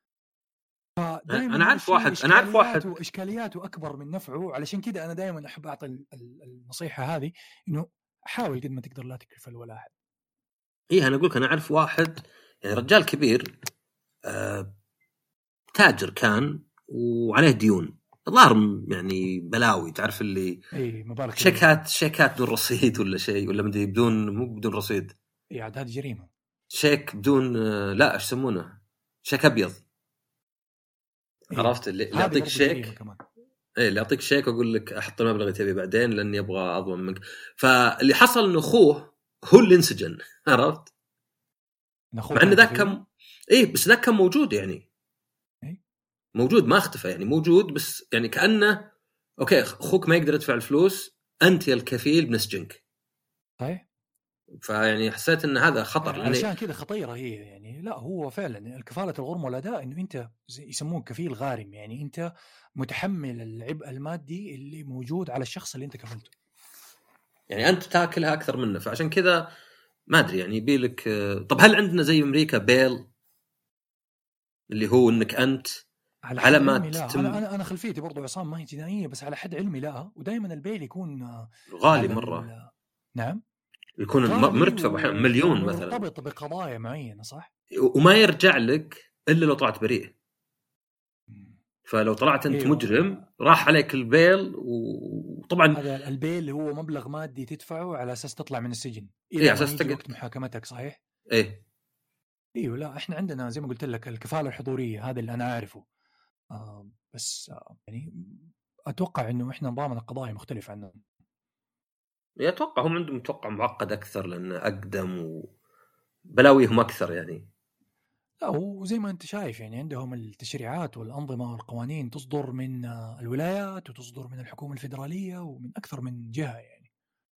Speaker 1: انا اعرف واحد انا اعرف واحد
Speaker 2: اشكالياته اكبر من نفعه، علشان كذا انا دائما احب اعطي النصيحه هذه، انه حاول قد ما تقدر لا تكفل ولا احد.
Speaker 1: ايه انا اقول لك انا اعرف واحد يعني رجال كبير، آه تاجر كان وعليه ديون، الظاهر يعني بلاوي، تعرف اللي
Speaker 2: اي مبالغ
Speaker 1: شيكات شيكات بدون رصيد ولا شيء، ولا مدري بدون مو بدون رصيد.
Speaker 2: اي عاد هذه جريمه.
Speaker 1: شيك بدون لا ايش يسمونه، شيك ابيض. إيه؟ عرفت اللي, اللي يعطيك شيك، ايه اللي يعطيك شيك واقول لك احط المبلغ اللي تبي بعدين لاني ابغى اضمن منك. فاللي حصل انه اخوه هو اللي انسجن، عرفت؟ مع ان ذاك كم ايه بس ذاك كان موجود، يعني
Speaker 2: إيه؟
Speaker 1: موجود ما اختفى، يعني موجود، بس يعني كأنه اوكي اخوك ما يقدر يدفع الفلوس، انت يا الكفيل بنسجنك.
Speaker 2: صحيح.
Speaker 1: فيعني حسيت ان هذا خطر،
Speaker 2: يعني عشان كذا خطيره هي. يعني لا هو فعلا الكفاله الغرم والاداء انه انت يسموه كفيل غارم، يعني انت متحمل العبء المادي اللي موجود على الشخص اللي انت كفلته،
Speaker 1: يعني انت تاكلها اكثر منه. فعشان كذا ما ادري يعني يبيلك. طب هل عندنا زي امريكا بيل اللي هو انك انت
Speaker 2: على,
Speaker 1: على
Speaker 2: ما
Speaker 1: تتم...
Speaker 2: انا انا انا خلفيتي برضو عصام ما هي جنائيه، بس على حد علمي لا، ودائما البيل يكون
Speaker 1: غالي مره.
Speaker 2: نعم
Speaker 1: يكون مرتفع مليون مثلا،
Speaker 2: مرتبط بقضايا معينه صح،
Speaker 1: وما يرجع لك الا لو طلعت بريء. فلو طلعت انت
Speaker 2: أيوة.
Speaker 1: مجرم راح عليك البيل، وطبعا
Speaker 2: هذا البيل هو مبلغ مادي تدفعه على اساس تطلع من السجن
Speaker 1: الى
Speaker 2: إيه
Speaker 1: ما يجي
Speaker 2: تقد... وقت محاكمتك. صحيح
Speaker 1: ايه
Speaker 2: ايوه. لا احنا عندنا زي ما قلت لك الكفاله الحضوريه، هذا اللي انا اعرفه. آه بس آه يعني اتوقع انه احنا نظامنا القضائي مختلف عنهم.
Speaker 1: اتوقع هم عندهم متوقع معقد اكثر لانه اقدم وبلاويهم اكثر يعني.
Speaker 2: لا وزي ما انت شايف يعني عندهم التشريعات والانظمه والقوانين تصدر من الولايات وتصدر من الحكومه الفيدراليه ومن اكثر من جهه يعني.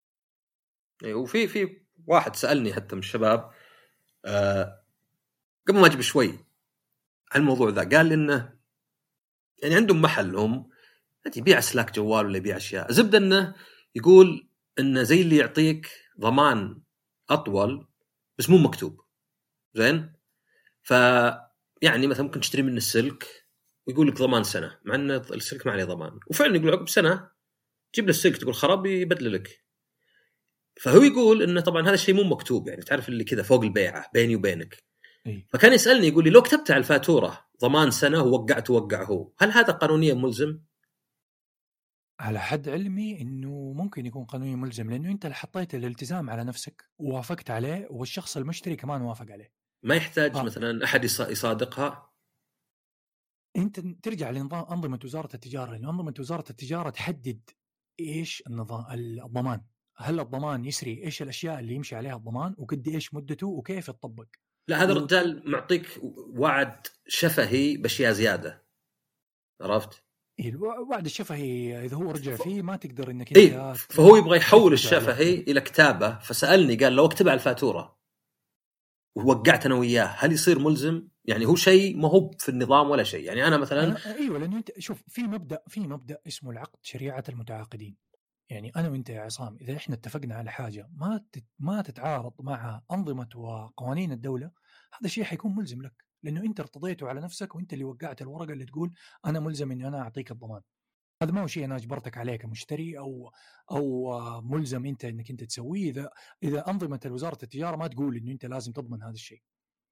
Speaker 1: ايه وفي في واحد سالني حتى من الشباب آه قبل ما اجي بشوي عن الموضوع ذا، قال لي انه يعني عندهم محلهم يبيع سلاك جوال ولا يبيع اشياء زبده، انه يقول انه زي اللي يعطيك ضمان اطول بس مو مكتوب. زين، ف يعني مثلا ممكن تشتري من السلك ويقول لك ضمان سنه، مع ان السلك ما عليه ضمان، وفعلا يقول عقب سنه جيب له السلك تقول خراب يبدل لك. فهو يقول انه طبعا هذا الشيء مو مكتوب، يعني تعرف اللي كذا فوق البيعه بيني وبينك.
Speaker 2: إيه؟
Speaker 1: فكان يسالني يقول لي لو كتبت على الفاتوره ضمان سنه ووقعت ووقع هو، هل هذا قانونيا ملزم؟
Speaker 2: على حد علمي انه ممكن يكون قانونيا ملزم، لانه انت اللي حطيت الالتزام على نفسك ووافقت عليه، والشخص المشتري كمان وافق عليه.
Speaker 1: ما يحتاج
Speaker 2: آه.
Speaker 1: مثلا احد يصادقها.
Speaker 2: انت ترجع لنظام انظمه وزاره التجاره، لان انظمه وزاره التجاره تحدد ايش النظام الضمان. هل الضمان يسري ايش الاشياء اللي يمشي عليها الضمان وقد ايش مدته وكيف يطبق.
Speaker 1: لا هذا الرجال معطيك وعد شفهي باشياء زياده، عرفت؟
Speaker 2: إيه الوعد الشفهي إذا هو رجع فيه ما تقدر إنك
Speaker 1: إيه فهو يبغى يحول الشفهي إلى كتابة، فسألني قال لو اكتب على الفاتورة ووقعت أنا وياه هل يصير ملزم؟ يعني هو شيء ما هو في النظام ولا شيء. يعني أنا مثلا
Speaker 2: أنا أيوة لأنه أنت شوف في مبدأ في مبدأ اسمه العقد شريعة المتعاقدين. يعني أنا وأنت يا عصام إذا إحنا اتفقنا على حاجة ما ما تتعارض مع أنظمة وقوانين الدولة، هذا الشيء حيكون ملزم لك، لأنه أنت ارتضيته على نفسك وأنت اللي وقعت الورقة اللي تقول أنا ملزم إني أنا أعطيك الضمان. هذا ما هو شيء أنا أجبرتك عليه كمشتري أو أو ملزم أنت إنك أنت تسويه إذا إذا أنظمة وزارة التجارة ما تقول إنه أنت لازم تضمن هذا الشيء.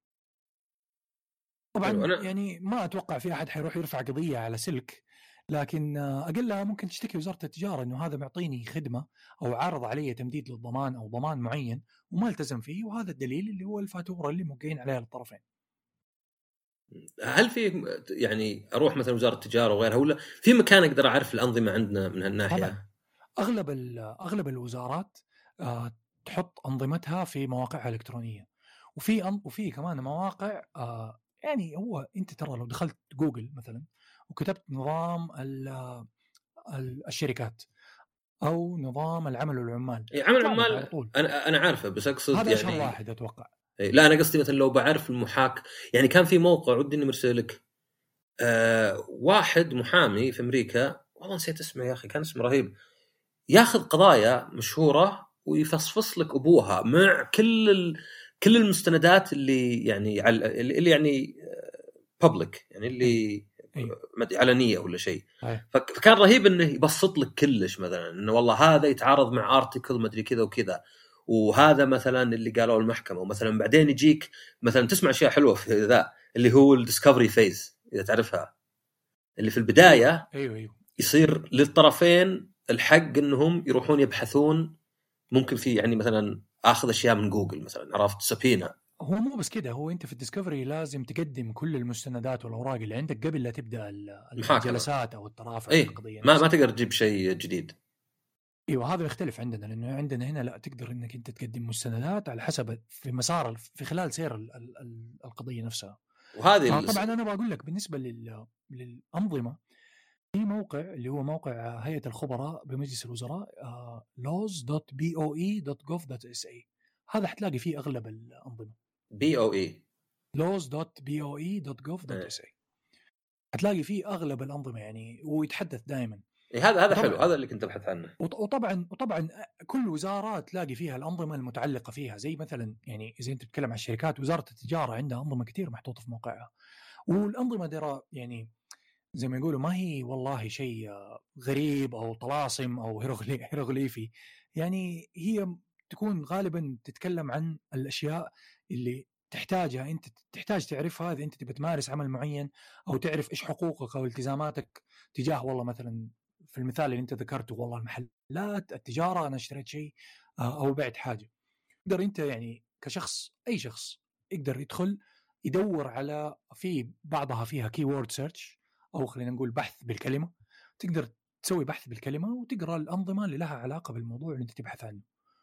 Speaker 2: طبعا
Speaker 1: أنا...
Speaker 2: يعني ما أتوقع في أحد حيروح يرفع قضية على سلك، لكن أقلها ممكن تشتكي وزارة التجارة إنه هذا معطيني خدمة أو عارض علي تمديد للضمان أو ضمان معين وما التزم فيه، وهذا الدليل اللي هو الفاتورة اللي موقعين عليها للطرفين.
Speaker 1: هل في يعني أروح مثلا وزارة التجارة وغيرها ولا في مكان أقدر أعرف الأنظمة عندنا من هالناحية؟
Speaker 2: طبعا أغلب أغلب الوزارات آه تحط أنظمتها في مواقعها الإلكترونية، وفي أن... وفي كمان مواقع آه يعني هو أنت ترى لو دخلت جوجل مثلا وكتبت نظام ال... ال... الشركات أو نظام العمل والعمال،
Speaker 1: إيه عمل العمال أنا أنا عارفه بس أقصد
Speaker 2: هذا
Speaker 1: يعني
Speaker 2: أشهر واحد أتوقع.
Speaker 1: إيه لا أنا قصدي مثلا لو بعرف المحاك، يعني كان في موقع ودي إني مرسلك آه واحد محامي في أمريكا والله نسيت اسمه يا أخي كان اسمه رهيب، ياخذ قضايا مشهورة ويفصفص لك أبوها مع كل ال... كل المستندات اللي يعني على اللي يعني public يعني اللي
Speaker 2: أيوه.
Speaker 1: علنية ولا شيء.
Speaker 2: أيوه.
Speaker 1: فكان رهيب إنه يبسط لك كلش، مثلا إنه والله هذا يتعارض مع article ما أدري كذا وكذا، وهذا مثلا اللي قالوا المحكمة، ومثلا بعدين يجيك مثلا تسمع أشياء حلوة في ذا اللي هو الديسكفري فيز إذا تعرفها، اللي في البداية
Speaker 2: أيوه. أيوه.
Speaker 1: يصير للطرفين الحق إنهم يروحون يبحثون، ممكن في يعني مثلا أخذ أشياء من جوجل مثلا عرفت سبينا.
Speaker 2: هو مو بس كده، هو أنت في الديسكفري لازم تقدم كل المستندات والأوراق اللي عندك قبل لا تبدأ الجلسات أو الترافع
Speaker 1: أي
Speaker 2: في القضية
Speaker 1: ما ما تقدر تجيب شيء جديد.
Speaker 2: ايوه هذا يختلف عندنا، لانه عندنا هنا لا تقدر انك انت تقدم مستندات على حسب في مسار في خلال سير ال ال ال القضيه نفسها.
Speaker 1: وهذه
Speaker 2: طبعا انا بقول لك بالنسبه لل للانظمه في موقع اللي هو موقع هيئه الخبراء بمجلس الوزراء laws dot b o e dot gov dot s a، هذا حتلاقي فيه اغلب الانظمه.
Speaker 1: بي او اي
Speaker 2: laws dot b o e dot gov dot s a حتلاقي فيه اغلب الانظمه يعني، ويتحدث دائما.
Speaker 1: إيه هذا هذا حلو، هذا اللي كنت ابحث عنه.
Speaker 2: وطبعا وطبعا كل وزاره تلاقي فيها الانظمه المتعلقه فيها، زي مثلا يعني اذا انت تتكلم عن الشركات وزاره التجاره عندها انظمه كثير محطوطه في موقعها، والانظمه درا يعني زي ما يقولوا ما هي والله شيء غريب او طلاسم او هيروغليفي، يعني هي تكون غالبا تتكلم عن الاشياء اللي تحتاجها انت تحتاج تعرفها اذا انت تبي تمارس عمل معين او تعرف ايش حقوقك او التزاماتك تجاه والله مثلا في المثال اللي انت ذكرته والله المحلات التجاره انا اشتريت شيء او بعت حاجه، تقدر انت يعني كشخص اي شخص يقدر يدخل يدور على في بعضها فيها كي وورد سيرش او خلينا نقول بحث بالكلمه، تقدر تسوي بحث بالكلمه وتقرا الانظمه اللي لها علاقه بالموضوع اللي انت تبحث عنه،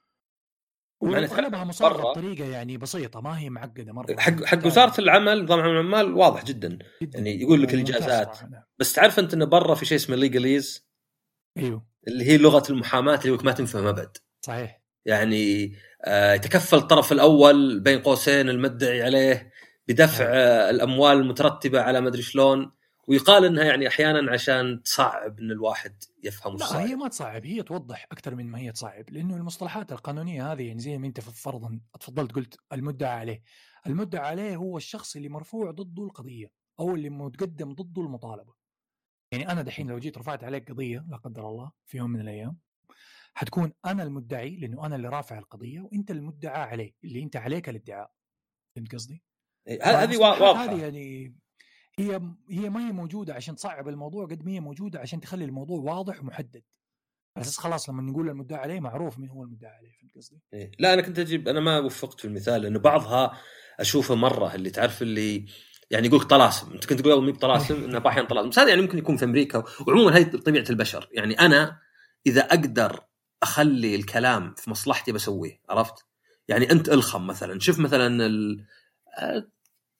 Speaker 2: واغلبها مصاغه بطريقه يعني بسيطه ما هي معقده مره.
Speaker 1: حق حق وزاره العمل نظام العمال واضح جدا, جداً. يعني يقول لك الاجازات، بس تعرف انت انه برا في شيء اسمه ليجاليز،
Speaker 2: ايوه
Speaker 1: اللي هي لغه المحاماه اللي ما تنفهم ابد.
Speaker 2: صحيح.
Speaker 1: يعني آه يتكفل الطرف الاول بين قوسين المدعي عليه بدفع آه الاموال المترتبه على ما ادري شلون، ويقال انها يعني احيانا عشان تصعب ان الواحد يفهم.
Speaker 2: لا هي ما تصعب، هي توضح اكثر من ما هي تصعب، لانه المصطلحات القانونيه هذه يعني زي ما انت فرضا تفضلت قلت المدعى عليه، المدعى عليه هو الشخص اللي مرفوع ضده القضيه او اللي متقدم ضده المطالبه. يعني انا دحين لو جيت رفعت عليك قضيه لا قدر الله في يوم من الايام، حتكون انا المدعي لانه انا اللي رافع القضيه وانت المدعى عليه اللي انت عليك الادعاء. فهمت قصدي؟
Speaker 1: هذه واضحه.
Speaker 2: هذه يعني هي هي ما هي موجوده عشان تصعب الموضوع قد ما هي موجوده عشان تخلي الموضوع واضح ومحدد، على اساس خلاص لما نقول المدعى عليه معروف من هو المدعى عليه. فهمت قصدي؟
Speaker 1: لا انا كنت اجيب انا ما وفقت في المثال لانه بعضها اشوفه مره اللي تعرف اللي يعني يقولك طلاسم، انت كنت تقول مي بطلاسم انه باحيان طلاسم، بس هذا يعني ممكن يكون في امريكا، وعموما هذه طبيعه البشر. يعني انا اذا اقدر اخلي الكلام في مصلحتي بسويه، عرفت؟ يعني انت الخم مثلا، شوف مثلا ال...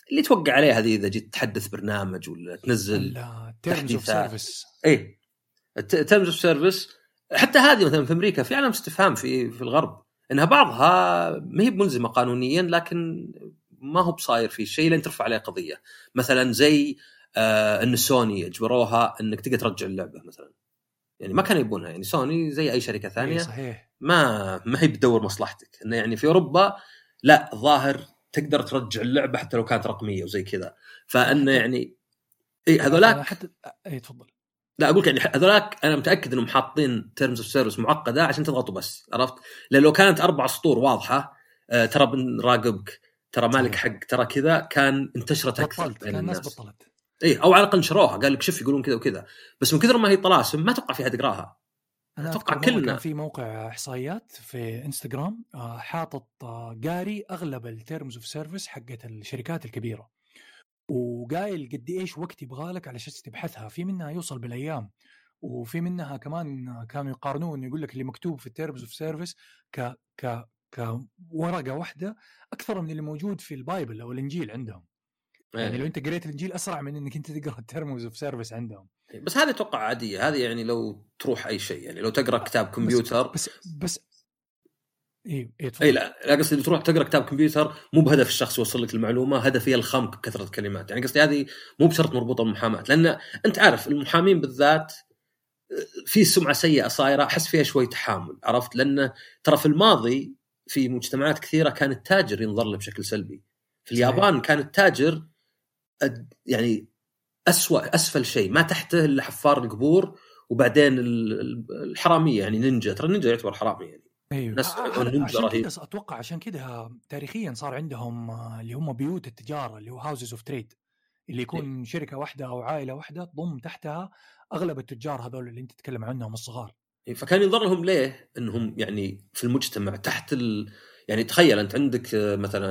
Speaker 1: اللي توقع عليه هذه اذا جيت تحدث برنامج ولا تنزل
Speaker 2: terms of service.
Speaker 1: ايه terms of service. حتى هذه مثلا في امريكا في علامه استفهام في في الغرب انها بعضها ما هي ملزمه قانونيا، لكن ما هو بصاير في شيء لين ترفع عليه قضيه. مثلا زي آه ان سوني اجبروها انك تقدر ترجع اللعبه مثلا، يعني ما كانوا يبونها. يعني سوني زي اي شركه ثانيه
Speaker 2: صحيح.
Speaker 1: ما ما هي بدور مصلحتك. انه يعني في اوروبا لا، ظاهر تقدر ترجع اللعبه حتى لو كانت رقميه وزي كذا. فانه يعني اي هذولاك
Speaker 2: حتى اي تفضل.
Speaker 1: لا اقول يعني هذولاك انا متاكد انهم حاطين تيرمز اوف سيرفيس معقده عشان تضغطوا بس، عرفت؟ لأن لو كانت اربع سطور واضحه آه ترى بنراقبك، ترى مالك حق، ترى كذا، كان انتشرت اكثر
Speaker 2: بين الناس. بطلت
Speaker 1: اي او على الاقل نشروها، قال لك شوف يقولون كذا وكذا، بس من كثر ما هي طلاسم ما توقع فيها تقراها.
Speaker 2: انا اتوقع كلنا كان في موقع احصائيات في انستغرام آه حاطط آه قاري اغلب التيرمز اوف سيرفيس حقت الشركات الكبيره، وقايل قد ايش وقت يبغالك علشان تبحثها. في منها يوصل بالايام، وفي منها كمان كانوا يقارنون يقول لك اللي مكتوب في التيرمز اوف سيرفيس ك ك كورقه واحده اكثر من اللي موجود في البايبل او الانجيل عندهم. يعني لو انت قريت الانجيل اسرع من انك انت تقرا التيرمز اوف سيرفيس عندهم.
Speaker 1: بس هذه توقع عاديه، هذه يعني لو تروح اي شيء، يعني لو تقرا كتاب كمبيوتر
Speaker 2: بس بس, بس اي اي
Speaker 1: اي لا لا قصدي تروح تقرا كتاب كمبيوتر مو بهدف الشخص يوصل لك المعلومه، هدف هي الخمك بكثره كلمات. يعني قصدي هذه مو بشرط مربوطه بالمحاماه، لان انت عارف المحامين بالذات في سمعه سيئه صايره، احس فيها شوي تحامل، عرفت؟ لان ترى في الماضي في مجتمعات كثيره كان التاجر ينظر له بشكل سلبي. في اليابان كان التاجر يعني أسوأ أسفل شيء، ما تحته إلا حفار القبور، وبعدين الحرامية يعني نينجا، ترى النينجا يعتبر حرامي يعني.
Speaker 2: أيوه. عشان كده أتوقع عشان كده تاريخيا صار عندهم اللي هم بيوت التجارة اللي هو هاوسز اوف تريد، اللي يكون إيه؟ شركة واحدة أو عائلة واحدة تضم تحتها أغلب التجار هذول اللي أنت تتكلم عنهم الصغار.
Speaker 1: فكان ينظر لهم ليه إنهم يعني في المجتمع تحت ال... يعني تخيل أنت عندك مثلا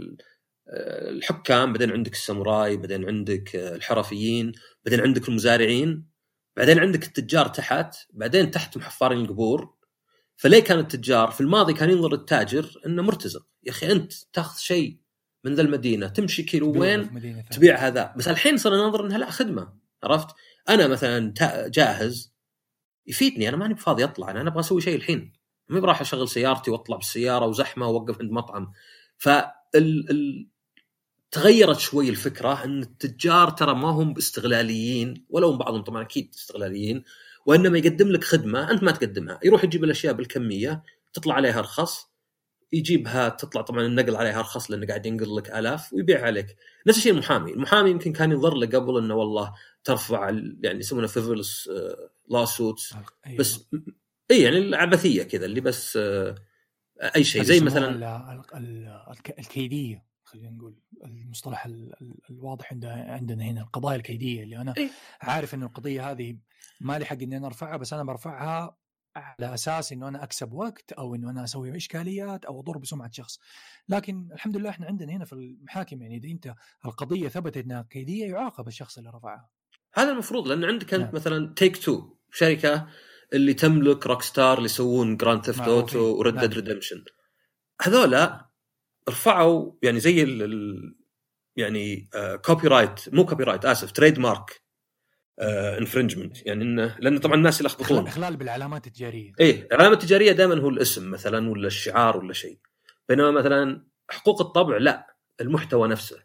Speaker 1: الحكام، بعدين عندك الساموراي، بعدين عندك الحرفيين، بعدين عندك المزارعين، بعدين عندك التجار تحت، بعدين تحت محفارين القبور. فليه كان التجار في الماضي كان ينظر التاجر انه مرتزق؟ يا اخي انت تاخذ شيء من ذا المدينه تمشي كيلو وين تبيع هذا. بس الحين صار ننظر انها لا خدمه، عرفت؟ انا مثلا جاهز يفيدني، انا ماني بفاضي اطلع، انا ابغى اسوي شيء الحين، ما براح اشغل سيارتي واطلع بالسياره وزحمه واوقف عند مطعم. فال ال... تغيرت شوي الفكره ان التجار ترى ما هم استغلاليين، ولو بعضهم طبعا اكيد استغلاليين، وانما يقدم لك خدمه انت ما تقدمها. يروح يجيب الاشياء بالكميه تطلع عليها ارخص، يجيبها تطلع طبعا النقل عليها ارخص لانه قاعد ينقل لك الاف ويبيع عليك. نفس الشيء المحامي، المحامي يمكن كان ينظر له قبل انه والله ترفع يعني يسمونه فيفلس لاسوتس، بس اي يعني العبثيه كذا اللي بس اي شيء زي مثلا
Speaker 2: الكيديه، خلينا نقول المصطلح الواضح عندنا هنا القضايا الكيديه، اللي انا إيه؟ عارف ان القضيه هذه ما لي حق اني انا ارفعها، بس انا برفعها على اساس انه انا اكسب وقت او انه انا اسوي اشكاليات او اضر بسمعه شخص. لكن الحمد لله احنا عندنا هنا في المحاكم يعني اذا انت القضيه ثبتت انها كيديه يعاقب الشخص اللي رفعها.
Speaker 1: هذا المفروض، لان عندك انت مثلا تيك تو شركه اللي تملك روك ستار اللي يسوون جراند ثيفت اوتو وريد ديد ريدمشن، هذولا رفعوا يعني زي ال يعني كوبي uh, رايت مو كوبي رايت اسف تريد مارك انفرنجمنت، يعني انه لان طبعا الناس يلخبطون
Speaker 2: اخلال بالعلامات التجاريه.
Speaker 1: ايه العلامه التجاريه دائما هو الاسم مثلا ولا الشعار ولا شيء، بينما مثلا حقوق الطبع لا، المحتوى نفسه.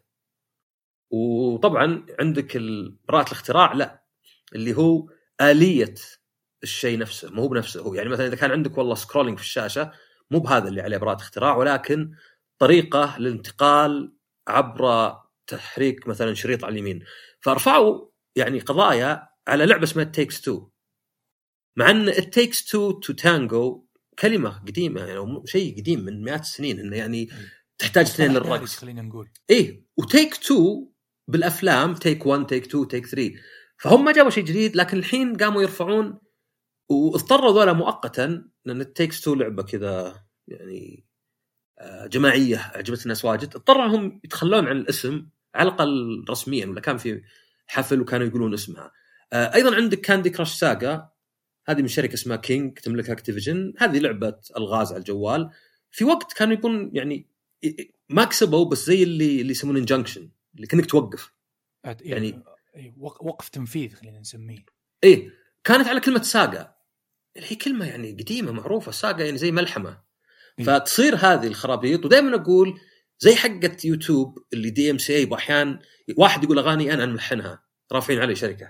Speaker 1: وطبعا عندك براءه الاختراع لا، اللي هو آلية الشيء نفسه، مو بنفسه هو. يعني مثلا اذا كان عندك والله سكرولينج في الشاشه مو بهذا اللي عليه براءه اختراع، ولكن طريقه للانتقال عبر تحريك مثلا شريط على اليمين. فارفعوا يعني قضايا على لعبه اسمها تيكس تو، مع ان التيكس تو تو تانجو كلمه قديمه، يعني شيء قديم من مئات السنين، انه يعني تحتاج اثنين للرقص
Speaker 2: خلينا نقول
Speaker 1: ايه. وتيك تو بالافلام تيك واحد تيك تو تيك ثري، فهم ما جابوا شيء جديد، لكن الحين قاموا يرفعون واضطروا ذولا مؤقتا، لان التيكس تو لعبه كذا يعني جماعيه عجبت الناس واجد، اضطروا هم يتخلون عن الاسم على الاقل رسميا، ولا كان في حفل وكانوا يقولون اسمها. ايضا عندك كاندي كراش ساغا، هذه من شركه اسمها كينج تملكها اكتيفيجن، هذه لعبه الغاز على الجوال. في وقت كانوا يكون يعني ما كسبوا، بس زي اللي اللي يسمونه انجنكشن، اللي كأنك توقف
Speaker 2: أت- إيه،
Speaker 1: يعني
Speaker 2: إيه، وق- وقف تنفيذ خلينا نسميه.
Speaker 1: ايه كانت على كلمه ساقا اللي هي كلمه يعني قديمه معروفه. ساقا يعني زي ملحمه.
Speaker 2: إيه.
Speaker 1: فتصير هذه الخرابيط. ودائما اقول زي حقه يوتيوب اللي دي ام سي باحيان واحد يقول اغاني انا ملحنها رافعين عليه شركه،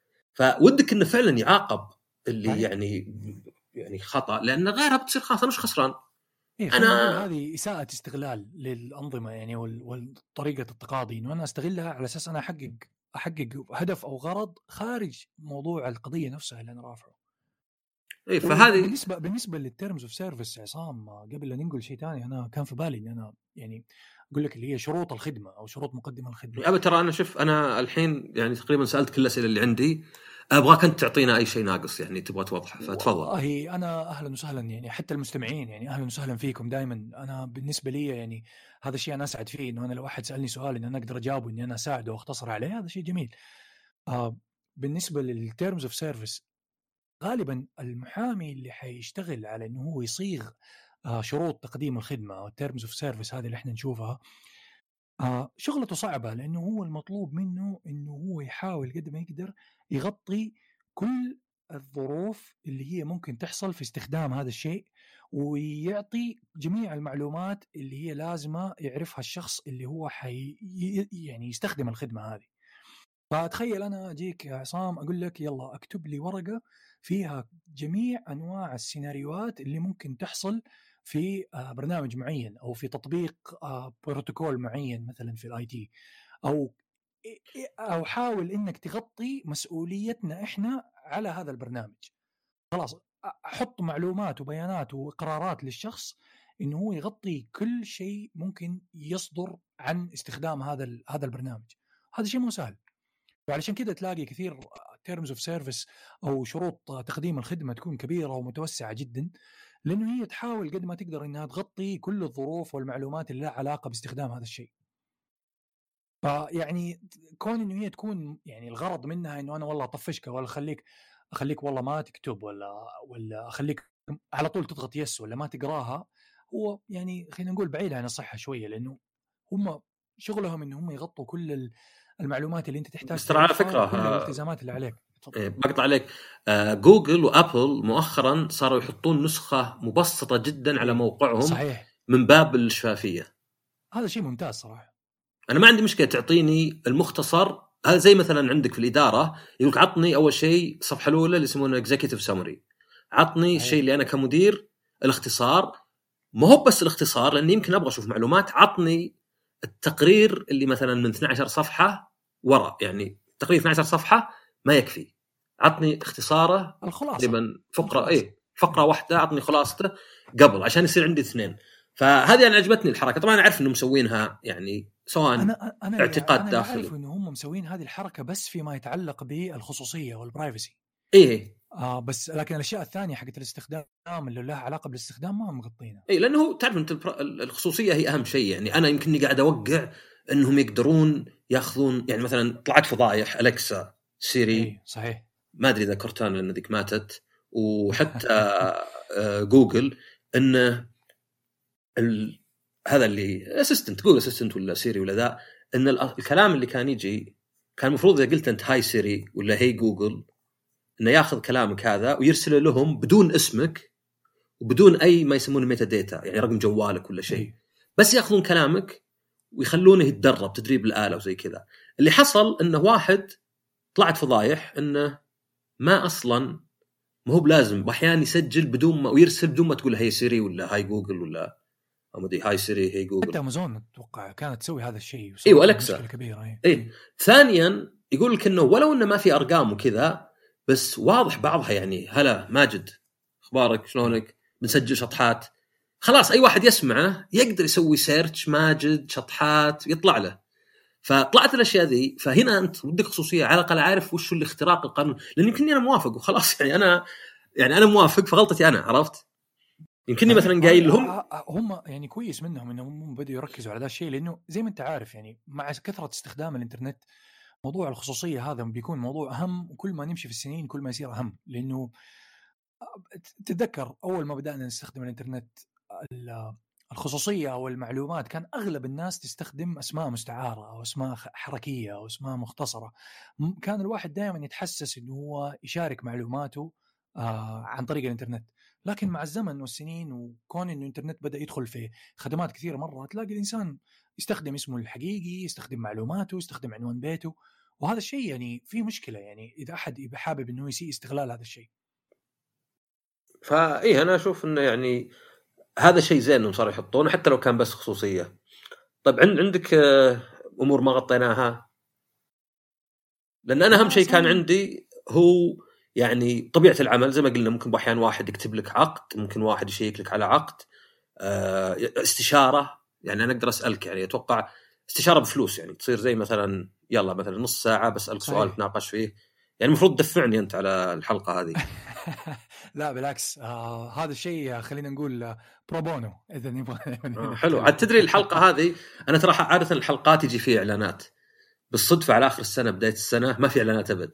Speaker 1: فودك انه فعلا يعاقب اللي
Speaker 2: صحيح.
Speaker 1: يعني يعني خطا، لان غيرها بتصير خلاص انا مش خسران.
Speaker 2: إيه خلينا نقول
Speaker 1: انا
Speaker 2: هذه إساءة استغلال للأنظمة يعني وال- والطريقة التقاضي، إنه أنا أستغلها على أساس أنا أحقق أحقق هدف أو غرض خارج موضوع القضية نفسها اللي أنا رافعه.
Speaker 1: ايه فهذه
Speaker 2: بالنسبة بالنسبة للتيرمز اوف سيرفيس عصام، قبل لا ننقل شيء ثاني، أنا كان في بالي إن أنا يعني أقول لك اللي هي شروط الخدمة أو شروط مقدم الخدمة.
Speaker 1: ابى ترى انا شوف انا الحين يعني تقريبا سالت كل الاسئله اللي عندي، ابغاك انت تعطينا اي شيء ناقص يعني تبغى توضحه، فتفضل.
Speaker 2: والله أنا أهلا وسهلا يعني حتى المستمعين يعني أهلا وسهلا فيكم دائما. أنا بالنسبة لي يعني هذا الشيء أنا أسعد فيه، إنه أنا لو أحد سألني سؤال إن أنا أقدر أجاوبه، إني أنا أساعده وأختصر عليه، هذا شيء جميل. آه بالنسبة للتيرمز اوف سيرفيس، غالبا المحامي اللي حيشتغل على إنه هو يصيغ آه شروط تقديم الخدمة أو التيرمز اوف سيرفيس هذه اللي احنا نشوفها، آه شغلته صعبة، لأنه هو المطلوب منه إنه هو يحاول قد ما يقدر يغطي كل الظروف اللي هي ممكن تحصل في استخدام هذا الشيء، ويعطي جميع المعلومات اللي هي لازمة يعرفها الشخص اللي هو حي يعني يستخدم الخدمة هذه. فتخيل أنا أجيك يا عصام أقول لك يلا أكتب لي ورقة فيها جميع أنواع السيناريوهات اللي ممكن تحصل في برنامج معين أو في تطبيق بروتوكول معين مثلا في الاي تي، أو أو حاول إنك تغطي مسؤوليتنا إحنا على هذا البرنامج. خلاص أحط معلومات وبيانات وإقرارات للشخص إنه هو يغطي كل شيء ممكن يصدر عن استخدام هذا هذا البرنامج. هذا شيء مو سهل، وعلشان كده تلاقي كثير terms of service أو شروط تقديم الخدمة تكون كبيرة ومتوسعة جدا، لأنه هي تحاول قد ما تقدر إنها تغطي كل الظروف والمعلومات اللي لها علاقة باستخدام هذا الشيء. فيعني كون إنه هي تكون يعني الغرض منها إنه أنا والله أطفشك ولا أخليك أخليك والله ما تكتب ولا ولا أخليك على طول تضغط يس ولا ما تقراها، هو يعني خلينا نقول بعيد عن الصحة شوية، لأنه هم شغلهم إنه هم يغطوا كل المعلومات اللي انت تحتاج
Speaker 1: بس ترى على
Speaker 2: تعرفها
Speaker 1: فكرة
Speaker 2: وكل الالتزامات اللي عليك.
Speaker 1: إيه بقطع عليك. آه جوجل وابل مؤخرا صاروا يحطون نسخة مبسطة جدا على موقعهم
Speaker 2: صحيح.
Speaker 1: من باب الشفافية.
Speaker 2: هذا شيء ممتاز صراحة.
Speaker 1: انا ما عندي مشكلة تعطيني المختصر، هذا زي مثلا عندك في الإدارة يقولك عطني اول شيء الصفحة الاولى اللي يسمونه اكزيكتيف سمري، عطني الشيء اللي انا كمدير الاختصار، ما هو بس الاختصار لاني يمكن ابغى اشوف معلومات، عطني التقرير اللي مثلا من اثنتي عشرة صفحة وراء، يعني تقرير اثنتي عشرة صفحة ما يكفي، عطني اختصاره تقريبا فقرة ايه فقرة واحدة، عطني خلاصته قبل عشان يصير عندي اثنين. فهذه انا عجبتني الحركة. طبعا انا اعرف انهم مسوينها يعني سواء
Speaker 2: أنا أنا
Speaker 1: اعتقاد
Speaker 2: أنا
Speaker 1: داخلي،
Speaker 2: أعرف إنه هم مسوين هذه الحركة بس فيما يتعلق بالخصوصية والبرايفسي.
Speaker 1: ايه
Speaker 2: آه بس لكن الأشياء الثانية حقت الاستخدام اللي لها علاقة بالاستخدام ما هم مغطينها.
Speaker 1: اي لانه تعرف انت الخصوصيه هي اهم شيء. يعني انا يمكنني قاعد اوقع انهم يقدرون ياخذون، يعني مثلا طلعت فضايح الكسا سيري
Speaker 2: إيه صحيح،
Speaker 1: ما ادري اذا كورتانا لان ذيك ماتت، وحتى جوجل انه ال... هذا اللي اسيستنت جوجل اسيستنت ولا سيري ولا ذا، ان الكلام اللي كان يجي كان المفروض اذا قلت انت هاي سيري ولا هي جوجل انه ياخذ كلامك هذا ويرسله لهم بدون اسمك وبدون اي ما يسمونه ميتا داتا، يعني رقم جوالك ولا شيء.
Speaker 2: إيه.
Speaker 1: بس ياخذون كلامك ويخلونه يتدرب تدريب الآلة وزي كذا. اللي حصل انه واحد طلعت فضايح انه ما اصلا ما هو بلازم واحيانا يسجل بدون ما ويرسل بدون ما تقول هاي سيري ولا هاي جوجل ولا أمدي هاي سيري هاي جوجل.
Speaker 2: حتى أمازون أتوقع كانت تسوي هذا الشيء.
Speaker 1: ايوه أليكسا
Speaker 2: مشكلة كبيرة. إيه.
Speaker 1: إيه. ثانيا يقول لك انه ولو انه ما في ارقام وكذا بس واضح بعضها، يعني هلا ماجد اخبارك شلونك بنسجل شطحات، خلاص اي واحد يسمعه يقدر يسوي سيرش ماجد شطحات يطلع له. فطلعت الاشياء ذي، فهنا انت ودك خصوصيه على الاقل عارف وش اللي اختراق القانون، لان يمكنني انا موافق وخلاص، يعني انا يعني انا موافق فغلطتي انا، عرفت؟ يمكنني مثلا قايل لهم
Speaker 2: هم يعني كويس منهم انهم بدوا يركزوا على هذا الشيء، لانه زي ما انت عارف يعني مع كثره استخدام الانترنت موضوع الخصوصيه هذا بيكون موضوع اهم، وكل ما نمشي في السنين كل ما يصير اهم. لانه تتذكر اول ما بدانا نستخدم الانترنت الخصوصية أو المعلومات كان أغلب الناس تستخدم أسماء مستعارة أو أسماء حركية أو أسماء مختصرة. كان الواحد دائما يتحسس إنه هو يشارك معلوماته آه عن طريق الإنترنت. لكن مع الزمن والسنين وكون إنه الإنترنت بدأ يدخل في خدمات كثيرة مرة، تلاقي الإنسان يستخدم اسمه الحقيقي، يستخدم معلوماته، يستخدم عنوان بيته، وهذا الشيء يعني في مشكلة، يعني إذا أحد يبقى حابب إنه يسيء استغلال هذا الشيء.
Speaker 1: فإيه أنا أشوف إنه يعني هذا شيء زين إنهم صاروا يحطونه حتى لو كان بس خصوصية. طيب عندك أمور ما غطيناها؟ لأن أنا أهم شيء كان عندي هو يعني طبيعة العمل. زي ما قلنا ممكن بأحيان واحد يكتب لك عقد، ممكن واحد يشيك لك على عقد، استشارة. يعني أنا أقدر أسألك، يعني أتوقع استشارة بفلوس، يعني تصير زي مثلا يلا مثلا نص ساعة بسألك صحيح. سؤال تناقش فيه، يعني المفروض تدفعني أنت على الحلقة هذه.
Speaker 2: لا بالعكس، آه هذا الشيء خلينا نقول بروبونو إذا نبغى.
Speaker 1: آه حلو. عاد تدري الحلقة هذه أنا ترى عادة الحلقات يجي فيها إعلانات، بالصدفة على آخر السنة بداية السنة ما في إعلانات أبد،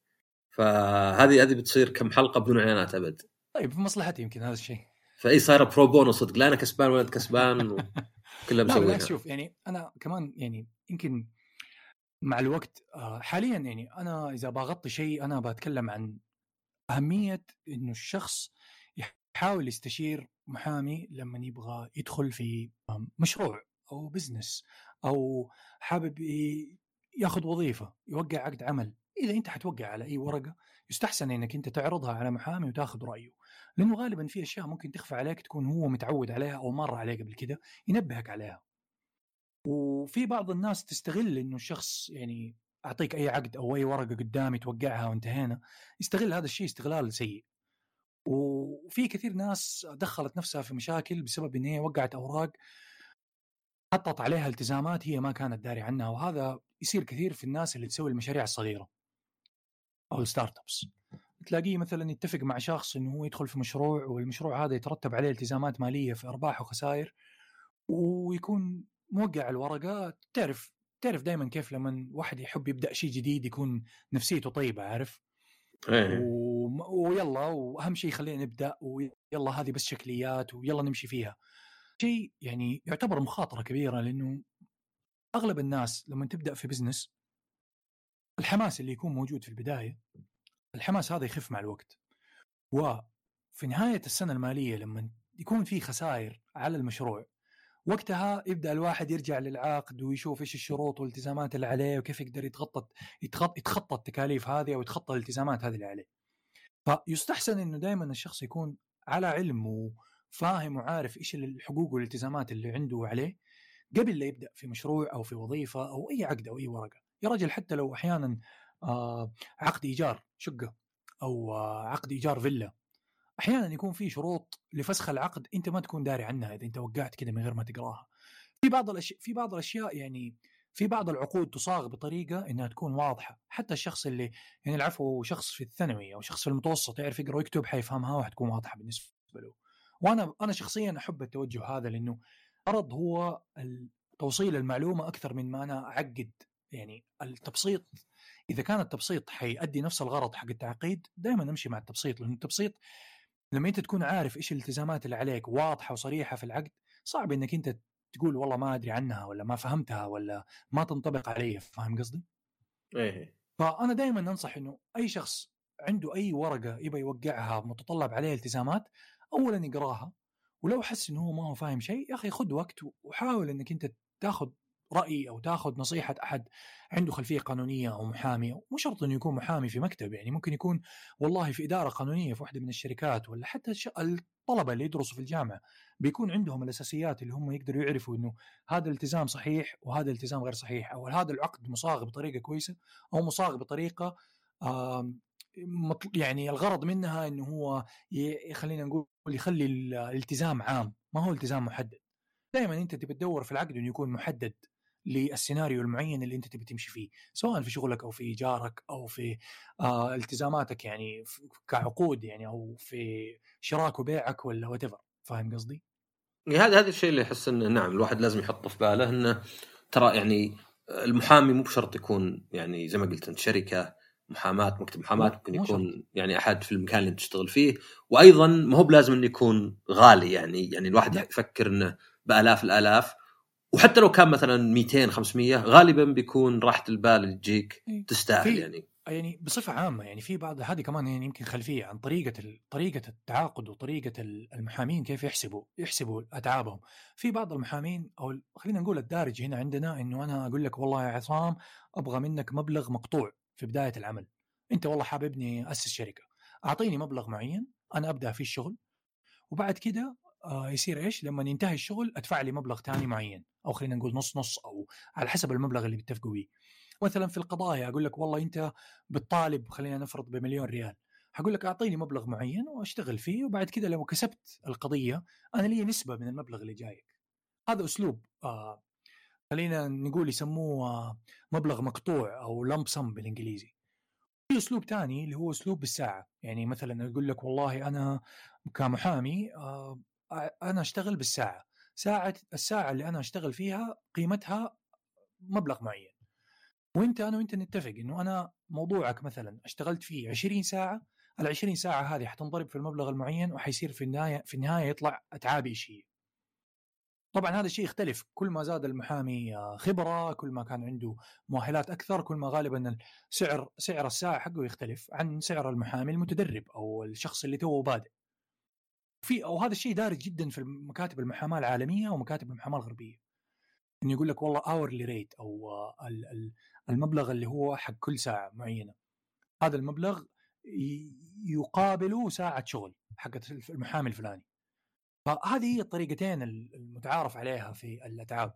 Speaker 1: فهذه هذه بتصير كم حلقة بدون إعلانات أبد.
Speaker 2: طيب في مصلحتي يمكن هذا الشيء.
Speaker 1: فأي صايرة بروبونو صدق، لا أنا كسبان ولا أنت كسبان وكلها مسويها.
Speaker 2: لا بالعكس، شوف يعني أنا كمان يعني يمكن مع الوقت آه حاليا يعني أنا إذا بغطي شيء أنا بتكلم عن أهمية إنه الشخص يحاول يستشير محامي لما يبغى يدخل في مشروع أو بزنس أو حابب ياخذ وظيفة، يوقع عقد عمل. إذا أنت حتوقع على أي ورقة يستحسن إنك أنت تعرضها على محامي وتاخذ رأيه، لأنه غالبا في أشياء ممكن تخفى عليك تكون هو متعود عليها أو مر عليه قبل كده، ينبهك عليها. وفي بعض الناس تستغل إنه الشخص يعني أعطيك أي عقد أو أي ورقة قدامي توقعها وانتهينا، يستغل هذا الشيء استغلال سيء. وفي كثير ناس دخلت نفسها في مشاكل بسبب إن هي وقعت أوراق حطت عليها التزامات هي ما كانت داري عنها. وهذا يصير كثير في الناس اللي تسوي المشاريع الصغيرة أو الستارت أبس. تلاقيه مثلا يتفق مع شخص إنه هو يدخل في مشروع، والمشروع هذا يترتب عليه التزامات مالية في أرباح وخسائر، ويكون موقع الورقة. تعرف تعرف دائما كيف لما واحد يحب يبدأ شيء جديد يكون نفسيته طيبة، عارف؟ و... ويلا وأهم شيء خلينا نبدأ، ويلا هذه بس شكليات ويلا نمشي فيها. شيء يعني يعتبر مخاطرة كبيرة، لأنه أغلب الناس لما تبدأ في بزنس الحماس اللي يكون موجود في البداية الحماس هذا يخف مع الوقت، وفي نهاية السنة المالية لما يكون في خسائر على المشروع وقتها يبدأ الواحد يرجع للعقد ويشوف إيش الشروط والالتزامات اللي عليه وكيف يقدر يتخطط يتخطى التكاليف هذه أو يتخطى الالتزامات هذه اللي عليه. فيستحسن إنه دائما الشخص يكون على علم وفاهم وعارف إيش الحقوق والالتزامات اللي عنده وعليه قبل لا يبدأ في مشروع أو في وظيفة أو أي عقد أو أي ورقة. يا رجل حتى لو أحيانا آه عقد إيجار شقة أو آه عقد إيجار فيلا، أحيانا يكون في شروط لفسخ العقد أنت ما تكون داري عنها إذا أنت وقعت كده من غير ما تقراها. في بعض الأشياء في بعض الأشياء يعني في بعض العقود تصاغ بطريقة إنها تكون واضحة، حتى الشخص اللي يعني العفو شخص في الثانوي أو شخص في المتوسط يعرف يقرأ ويكتب حيفهمها وحتكون واضحة بالنسبة له. وأنا أنا شخصيا أحب التوجه هذا، لأنه الغرض هو توصيل المعلومة أكثر من ما أنا أعقد. يعني التبسيط إذا كان التبسيط حيؤدي نفس الغرض حق التعقيد دائما نمشي مع التبسيط، لأن التبسيط لما أنت تكون عارف إيش الالتزامات اللي عليك واضحة وصريحة في العقد صعب إنك أنت تقول والله ما أدري عنها ولا ما فهمتها ولا ما تنطبق علي. فاهم قصدي؟
Speaker 1: إيه.
Speaker 2: فأنا دائما ننصح إنه أي شخص عنده أي ورقة يبغى يوقعها متطلب عليه التزامات أولا يقراها، ولو حس إنه هو ما هو فاهم شيء يا أخي خد وقت وحاول إنك أنت تاخذ رأي أو تاخذ نصيحة أحد عنده خلفية قانونية أو محامي. مو شرط إنه يكون محامي في مكتب، يعني ممكن يكون والله في إدارة قانونية في واحدة من الشركات، ولا حتى الطلبة اللي يدرسوا في الجامعة بيكون عندهم الأساسيات اللي هم يقدروا يعرفوا إنه هذا الالتزام صحيح وهذا الالتزام غير صحيح، أو هذا العقد مصاغ بطريقة كويسة أو مصاغ بطريقة يعني الغرض منها إنه هو خلينا نقول يخلي الالتزام عام ما هو التزام محدد. دائما أنت تبي تدور في العقد إنه يكون محدد للسيناريو المعين اللي أنت تبي تمشي فيه، سواء في شغلك أو في إيجارك أو في آه التزاماتك يعني كعقود يعني أو في شراك وبيعك ولا whatever. فاهم قصدي؟
Speaker 1: هذا هذا الشيء اللي أحس إنه نعم الواحد لازم يحطه في باله، إنه ترى يعني المحامي مو بشرط يكون يعني زي ما قلت أنت شركة محاماة مكتب محاماة، ممكن يكون شرط. يعني أحد في المكان اللي تشتغل فيه، وأيضا ما هو بلازم إنه يكون غالي. يعني يعني الواحد لا. يفكر إنه بالاف الالاف، وحتى لو كان مثلا مئتين خمسمية غالبا بيكون راحه البال اللي تجيك تستاهل. يعني
Speaker 2: يعني بصفه عامه يعني في بعض هذه كمان يعني يمكن خلفيه عن طريقه طريقه التعاقد وطريقه المحامين كيف يحسبوا يحسبوا اتعابهم. في بعض المحامين او خلينا نقول الدارج هنا عندنا انه انا اقول لك والله يا عصام ابغى منك مبلغ مقطوع في بدايه العمل، انت والله حاببني اسس شركه، اعطيني مبلغ معين انا ابدا فيه الشغل، وبعد كده آه يصير ايش لما ينتهي الشغل ادفع لي مبلغ ثاني معين، او خلينا نقول نص نص او على حسب المبلغ اللي بيتفقوا بيه. مثلا في القضايا اقول لك والله انت بتطالب خلينا نفرض بمليون ريال، هقول لك اعطيني مبلغ معين واشتغل فيه، وبعد كده لو كسبت القضيه انا لي نسبه من المبلغ اللي جايك. هذا اسلوب آه خلينا نقول يسموه آه مبلغ مقطوع او لامب سم بالانجليزي. في اسلوب ثاني اللي هو اسلوب بالساعه، يعني مثلا اقول لك والله انا كمحامي آه انا اشتغل بالساعه، ساعه الساعه اللي انا اشتغل فيها قيمتها مبلغ معين، وانت انا وانت نتفق انه انا موضوعك مثلا اشتغلت فيه عشرين ساعه، ال عشرين ساعه هذه حتنضرب في المبلغ المعين وحيصير في النهايه في النهايه يطلع اتعاب ايشيه. طبعا هذا الشيء يختلف كل ما زاد المحامي خبره، كل ما كان عنده مؤهلات اكثر، كل ما غالبا سعر سعر الساعه حقه يختلف عن سعر المحامي المتدرب او الشخص اللي توه بادئ. في او هذا الشيء دارج جدا في مكاتب المحاماه العالميه ومكاتب المحاماه الغربيه، انه يقول لك والله hourly rate او المبلغ اللي هو حق كل ساعه معينه، هذا المبلغ يقابله ساعه شغل حقت المحامي الفلاني. فهذه هي الطريقتين المتعارف عليها في الاتعاب.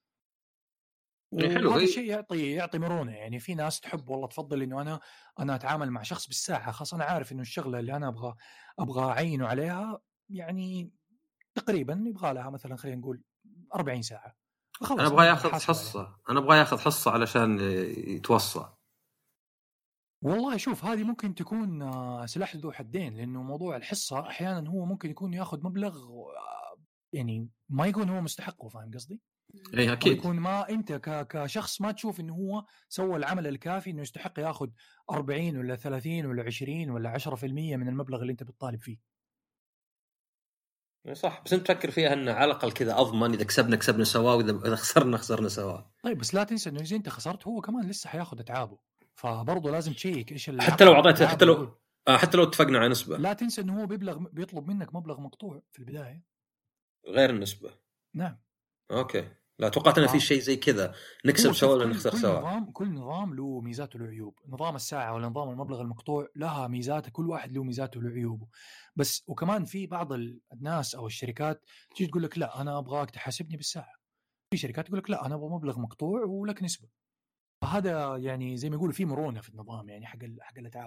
Speaker 2: وهذا الشيء يعطي يعطي مرونه، يعني في ناس تحب والله تفضل انه انا انا اتعامل مع شخص بالساعه، خاصه انا عارف انه الشغله اللي انا ابغى ابغى اعينه عليها يعني تقريبا يبغى لها مثلا خلينا نقول أربعين ساعه،
Speaker 1: انا ابغى ياخذ حصه عليها. انا ابغى ياخذ حصه علشان يتوصى.
Speaker 2: والله شوف هذه ممكن تكون سلاح ذو حدين، لانه موضوع الحصه احيانا هو ممكن يكون ياخذ مبلغ يعني ما يكون هو مستحقه، فاهم قصدي؟
Speaker 1: اي اكيد.
Speaker 2: يكون ما انت كشخص ما تشوف انه هو سوى العمل الكافي انه يستحق ياخذ أربعين ولا ثلاثين ولا عشرين ولا عشرة بالمية من المبلغ اللي انت بتطالب فيه.
Speaker 1: صح، بس انت تفكر فيها انه على الاقل كذا اضمن اذا كسبنا كسبنا سوا واذا خسرنا خسرنا سوا.
Speaker 2: طيب بس لا تنسى انه اذا انت خسرت هو كمان لسه حياخذ اتعابه، فبرضه لازم تشيك ايش
Speaker 1: حتى لو اعطيته حتى لو آه حتى لو اتفقنا على نسبه.
Speaker 2: لا تنسى انه هو بيبلغ بيطلب منك مبلغ مقطوع في البدايه
Speaker 1: غير النسبه.
Speaker 2: نعم.
Speaker 1: اوكي، لا توقعت انه في شيء زي كذا نكسب سوا ولا نخسر سوا.
Speaker 2: كل نظام كل نظام له ميزاته وله عيوب. نظام الساعه ولا نظام المبلغ المقطوع لها ميزاته، كل واحد له ميزاته وله عيوبه. بس وكمان في بعض الناس او الشركات تيجي تقول لك لا انا ابغاك تحاسبني بالساعه، في شركات تقول لك لا انا ابغى مبلغ مقطوع ولك نسبه. فهذا يعني زي ما يقولوا في مرونه في النظام يعني حق حق الاتعاب.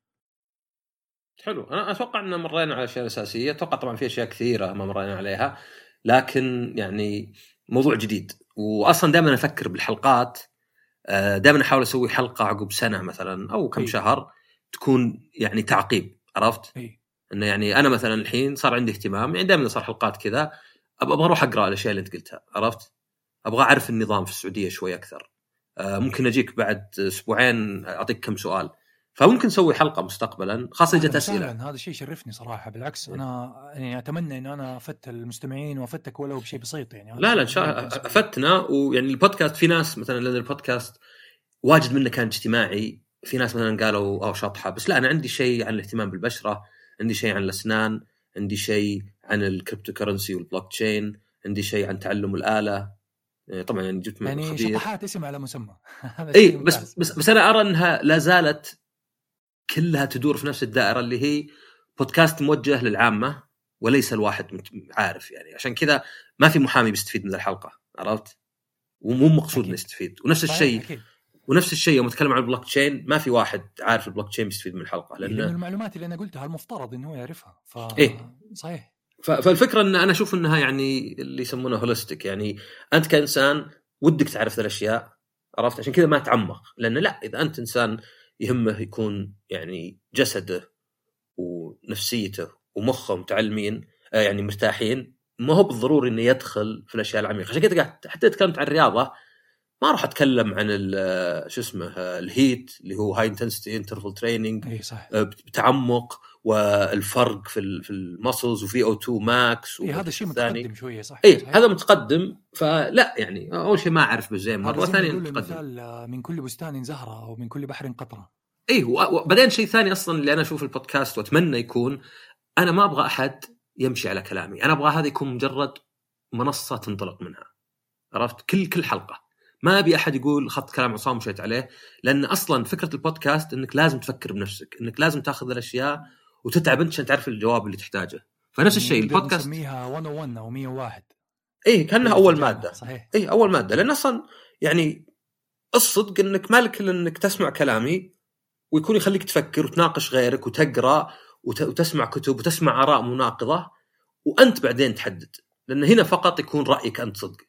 Speaker 1: حلو. انا اتوقع ان مرينا على الاشياء الاساسيه، اتوقع طبعا في اشياء كثيره ما مرينا عليها، لكن يعني موضوع جديد. واصلا دائما افكر بالحلقات، دائما احاول اسوي حلقه عقب سنه مثلا او كم
Speaker 2: إيه؟
Speaker 1: شهر تكون يعني تعقيب، عرفت؟
Speaker 2: إيه؟
Speaker 1: انه يعني انا مثلا الحين صار عندي اهتمام، يعني دائما صار حلقات كذا ابغى اروح اقرا الاشياء اللي انت قلتها، عرفت؟ ابغى اعرف النظام في السعوديه شوي اكثر. ممكن اجيك بعد اسبوعين اعطيك كم سؤال، فممكن نسوي حلقه مستقبلا خاصه جت اسئله.
Speaker 2: هذا الشيء يشرفني صراحه، بالعكس انا يعني اتمنى ان انا افدت المستمعين وافدتك ولو بشيء بسيط يعني.
Speaker 1: لا لا افدتنا، ويعني البودكاست في ناس مثلا لان البودكاست واجد منه كان اجتماعي، في ناس مثلا قالوا او شطحه، بس لا انا عندي شيء عن الاهتمام بالبشره، عندي شيء عن الاسنان، عندي شيء عن الكريبتو كرنسي والبلوك تشين، عندي شيء عن تعلم الاله. طبعا يعني جبت من
Speaker 2: يعني
Speaker 1: خبير.
Speaker 2: شطحات اسم على مسمى.
Speaker 1: اي بس بس بس انا ارى انها لا زالت كلها تدور في نفس الدائره اللي هي بودكاست موجه للعامه وليس الواحد عارف، يعني عشان كذا ما في محامي بيستفيد من الحلقه، عرفت؟ ومو مقصود انه يستفيد. ونفس الشيء
Speaker 2: أكيد.
Speaker 1: ونفس الشيء يوم اتكلم عن البلوك تشين ما في واحد عارف البلوك تشين بيستفيد من الحلقه،
Speaker 2: لان, لأن المعلومات اللي انا قلتها المفترض انه يعرفها. ف
Speaker 1: إيه؟
Speaker 2: صحيح.
Speaker 1: فالفكره ان انا اشوف انها يعني اللي يسمونه هوليستيك، يعني انت كانسان ودك تعرف ذي الاشياء، عرفت؟ عشان كذا ما تعمق، لان لا اذا انت انسان يهمه يكون يعني جسده ونفسيته ومخه متعلمين يعني مرتاحين، ما هو بالضروري انه يدخل في الاشياء العميقه. عشان كذا قاعد حتى تكلمت عن الرياضه ما راح اتكلم عن شو اسمه الهيت اللي هو هاي انتنسيتي انترفال تريننج بتعمق والفرق في في المسلز وفي او تو ماكس.
Speaker 2: إيه هذا الشيء متقدم شويه صح.
Speaker 1: اي هذا متقدم. فلا يعني اول شيء ما اعرف بالزين مره ثانيه
Speaker 2: متقدم. من كل بستان زهره او من كل بحر قطره.
Speaker 1: اي وبعدين شيء ثاني اصلا اللي انا اشوف البودكاست واتمنى يكون، انا ما ابغى احد يمشي على كلامي، انا ابغى هذا يكون مجرد منصه تنطلق منها. عرفت؟ كل كل حلقه ما ابي احد يقول اخذت كلام عصام ومشيت عليه، لان اصلا فكره البودكاست انك لازم تفكر بنفسك، انك لازم تاخذ الاشياء وتتعب انت عشان تعرف الجواب اللي تحتاجه. فنفس الشيء البودكاست
Speaker 2: نسميها مية وواحد او مية وواحد.
Speaker 1: اي كانها اول ماده.
Speaker 2: صحيح.
Speaker 1: اي اول ماده، لان اصلا يعني الصدق انك مالك الا انك تسمع كلامي ويكون يخليك تفكر وتناقش غيرك وتقرا وت... وتسمع كتب وتسمع اراء مناقضه، وانت بعدين تحدد، لان هنا فقط يكون رايك انت صدق.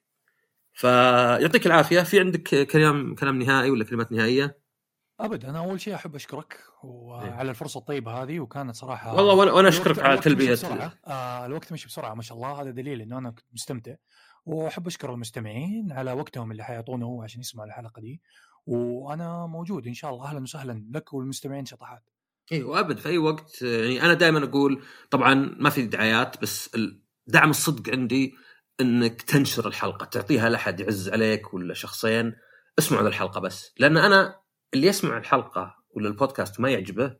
Speaker 1: فيعطيك العافيه. في عندك كلام كلام نهائي ولا كلمات نهائيه؟
Speaker 2: ابد. انا اول شيء احب اشكرك وعلى الفرصه الطيبه هذه، وكانت صراحه
Speaker 1: والله وانا, وأنا اشكرك على تلبيه.
Speaker 2: آه الوقت مشي بسرعه ما شاء الله، هذا دليل انه انا كنت مستمتع. واحب اشكر المستمعين على وقتهم اللي حيعطونه عشان يسمعوا الحلقه دي، وانا موجود ان شاء الله. اهلا وسهلا لك والمستمعين شطحات.
Speaker 1: ايه وابد في اي وقت. يعني انا دائما اقول طبعا ما في دعايات، بس دعم الصدق عندي انك تنشر الحلقه، تعطيها لاحد يعز عليك ولا شخصين اسمعوا الحلقه بس، لان انا اللي يسمع الحلقه ولا البودكاست ما يعجبه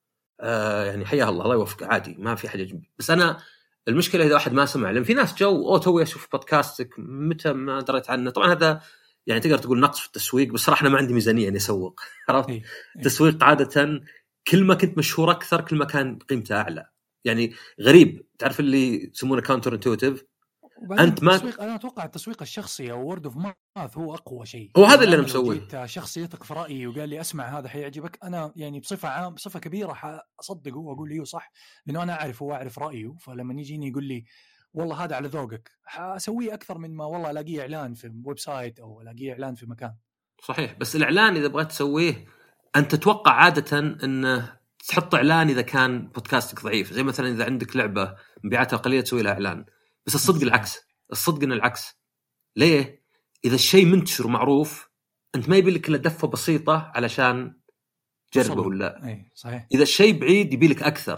Speaker 1: آه يعني حياه الله، الله يوفقه، عادي ما في حد يعجبه. بس انا المشكله اذا واحد ما سمع، لان في ناس جو او توي اشوف بودكاستك متى ما دريت عنه. طبعا هذا يعني تقدر تقول نقص في التسويق، بس صراحه انا ما عندي ميزانيه اني اسوق. عرفت؟ التسويق عاده كل ما كنت مشهور اكثر كل ما كان قيمته اعلى. يعني غريب، تعرف اللي يسمونه كاونتر انتويتيف.
Speaker 2: انت ما التسويق، انا اتوقع التسويق الشخصي او وورد اوف ماث هو اقوى شيء.
Speaker 1: هو هذا اللي انا مسويه.
Speaker 2: شخص يثق في رايي وقال لي اسمع هذا حيعجبك، انا يعني بصفه عام بصفه كبيره حاصدقه واقول له صح، لانه انا اعرف واعرف رايه. فلما يجيني يقول لي والله هذا على ذوقك، حاسويه اكثر من ما والله الاقيه اعلان في ويب سايت او الاقيه اعلان في مكان.
Speaker 1: صحيح. بس الاعلان اذا بغيت تسويه انت تتوقع عاده انه تحط اعلان اذا كان بودكاستك ضعيف، زي مثلا اذا عندك لعبه مبيعاتها قليله تسوي لها اعلان. بس الصدق العكس، الصدق ان العكس. ليه؟ اذا الشيء منتشر معروف انت ما يبي لك الا دفه بسيطه علشان تجربه ولا.
Speaker 2: اي صحيح.
Speaker 1: اذا الشيء بعيد يبي لك اكثر.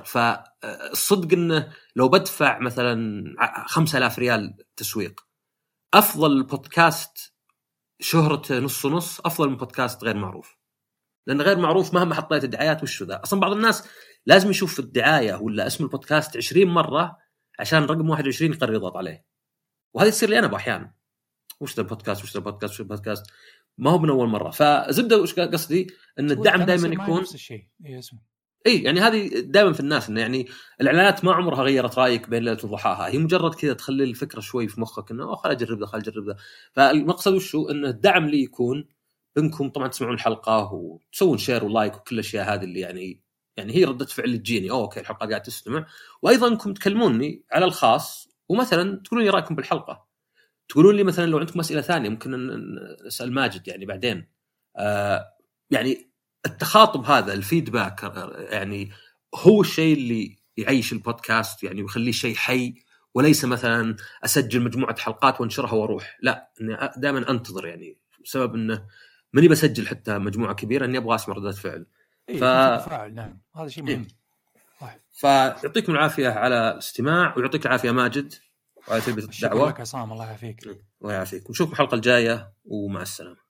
Speaker 1: فالصدق انه لو بدفع مثلا خمسة آلاف ريال تسويق، افضل بودكاست شهرته نص نص افضل من بودكاست غير معروف. لأن غير معروف مهما حطيت الدعايات وشو ذا، أصلا بعض الناس لازم يشوف الدعاية ولا اسم البودكاست عشرين مرة عشان رقم واحد وعشرين يقرر يضغط عليه. وهذا يصير لي أنا بأحيان، وش ذا البودكاست وش ذا البودكاست وش البودكاست ما هو من أول مرة. فزبدة وش قصدي إن الدعم دائما يكون
Speaker 2: نفس الشيء. إيه اسمه
Speaker 1: إيه يعني هذه دائما في الناس، إنه يعني الإعلانات ما عمرها غيرت رأيك بين ليلة وضحاها، هي مجرد كذا تخلي الفكرة شوي في مخك إنه خل أجرب ذا خل أجرب ذا. فالمقصد وشو إنه الدعم لي يكون انكم طبعا تسمعون الحلقه وتسوون شير ولايك وكل الاشياء هذه اللي يعني يعني هي ردة فعل اللي تجيني أوه اوكي الحلقه قاعد تستمع. وايضا انكم تكلموني على الخاص ومثلا تقولون لي رايكم بالحلقه، تقولون لي مثلا لو عندكم اسئله ثانيه ممكن نسال ماجد يعني بعدين. آه يعني التخاطب هذا الفيدباك يعني هو الشيء اللي يعيش البودكاست يعني ويخليه شيء حي، وليس مثلا اسجل مجموعه حلقات وانشرها واروح. لا، اني دائما انتظر، يعني بسبب انه ماني بسجل حتى مجموعه كبيره اني ابغى اسمع ردات فعل.
Speaker 2: ف... تفاعل. نعم هذا شيء مهم.
Speaker 1: إيه؟ فيعطيكم العافيه على الاستماع، ويعطيك العافيه ماجد وعلى تلبيه الدعوه.
Speaker 2: شكرا لك عصام، الله يعافيك.
Speaker 1: الله يعافيك، ونشوفكم الحلقه الجايه ومع السلامه.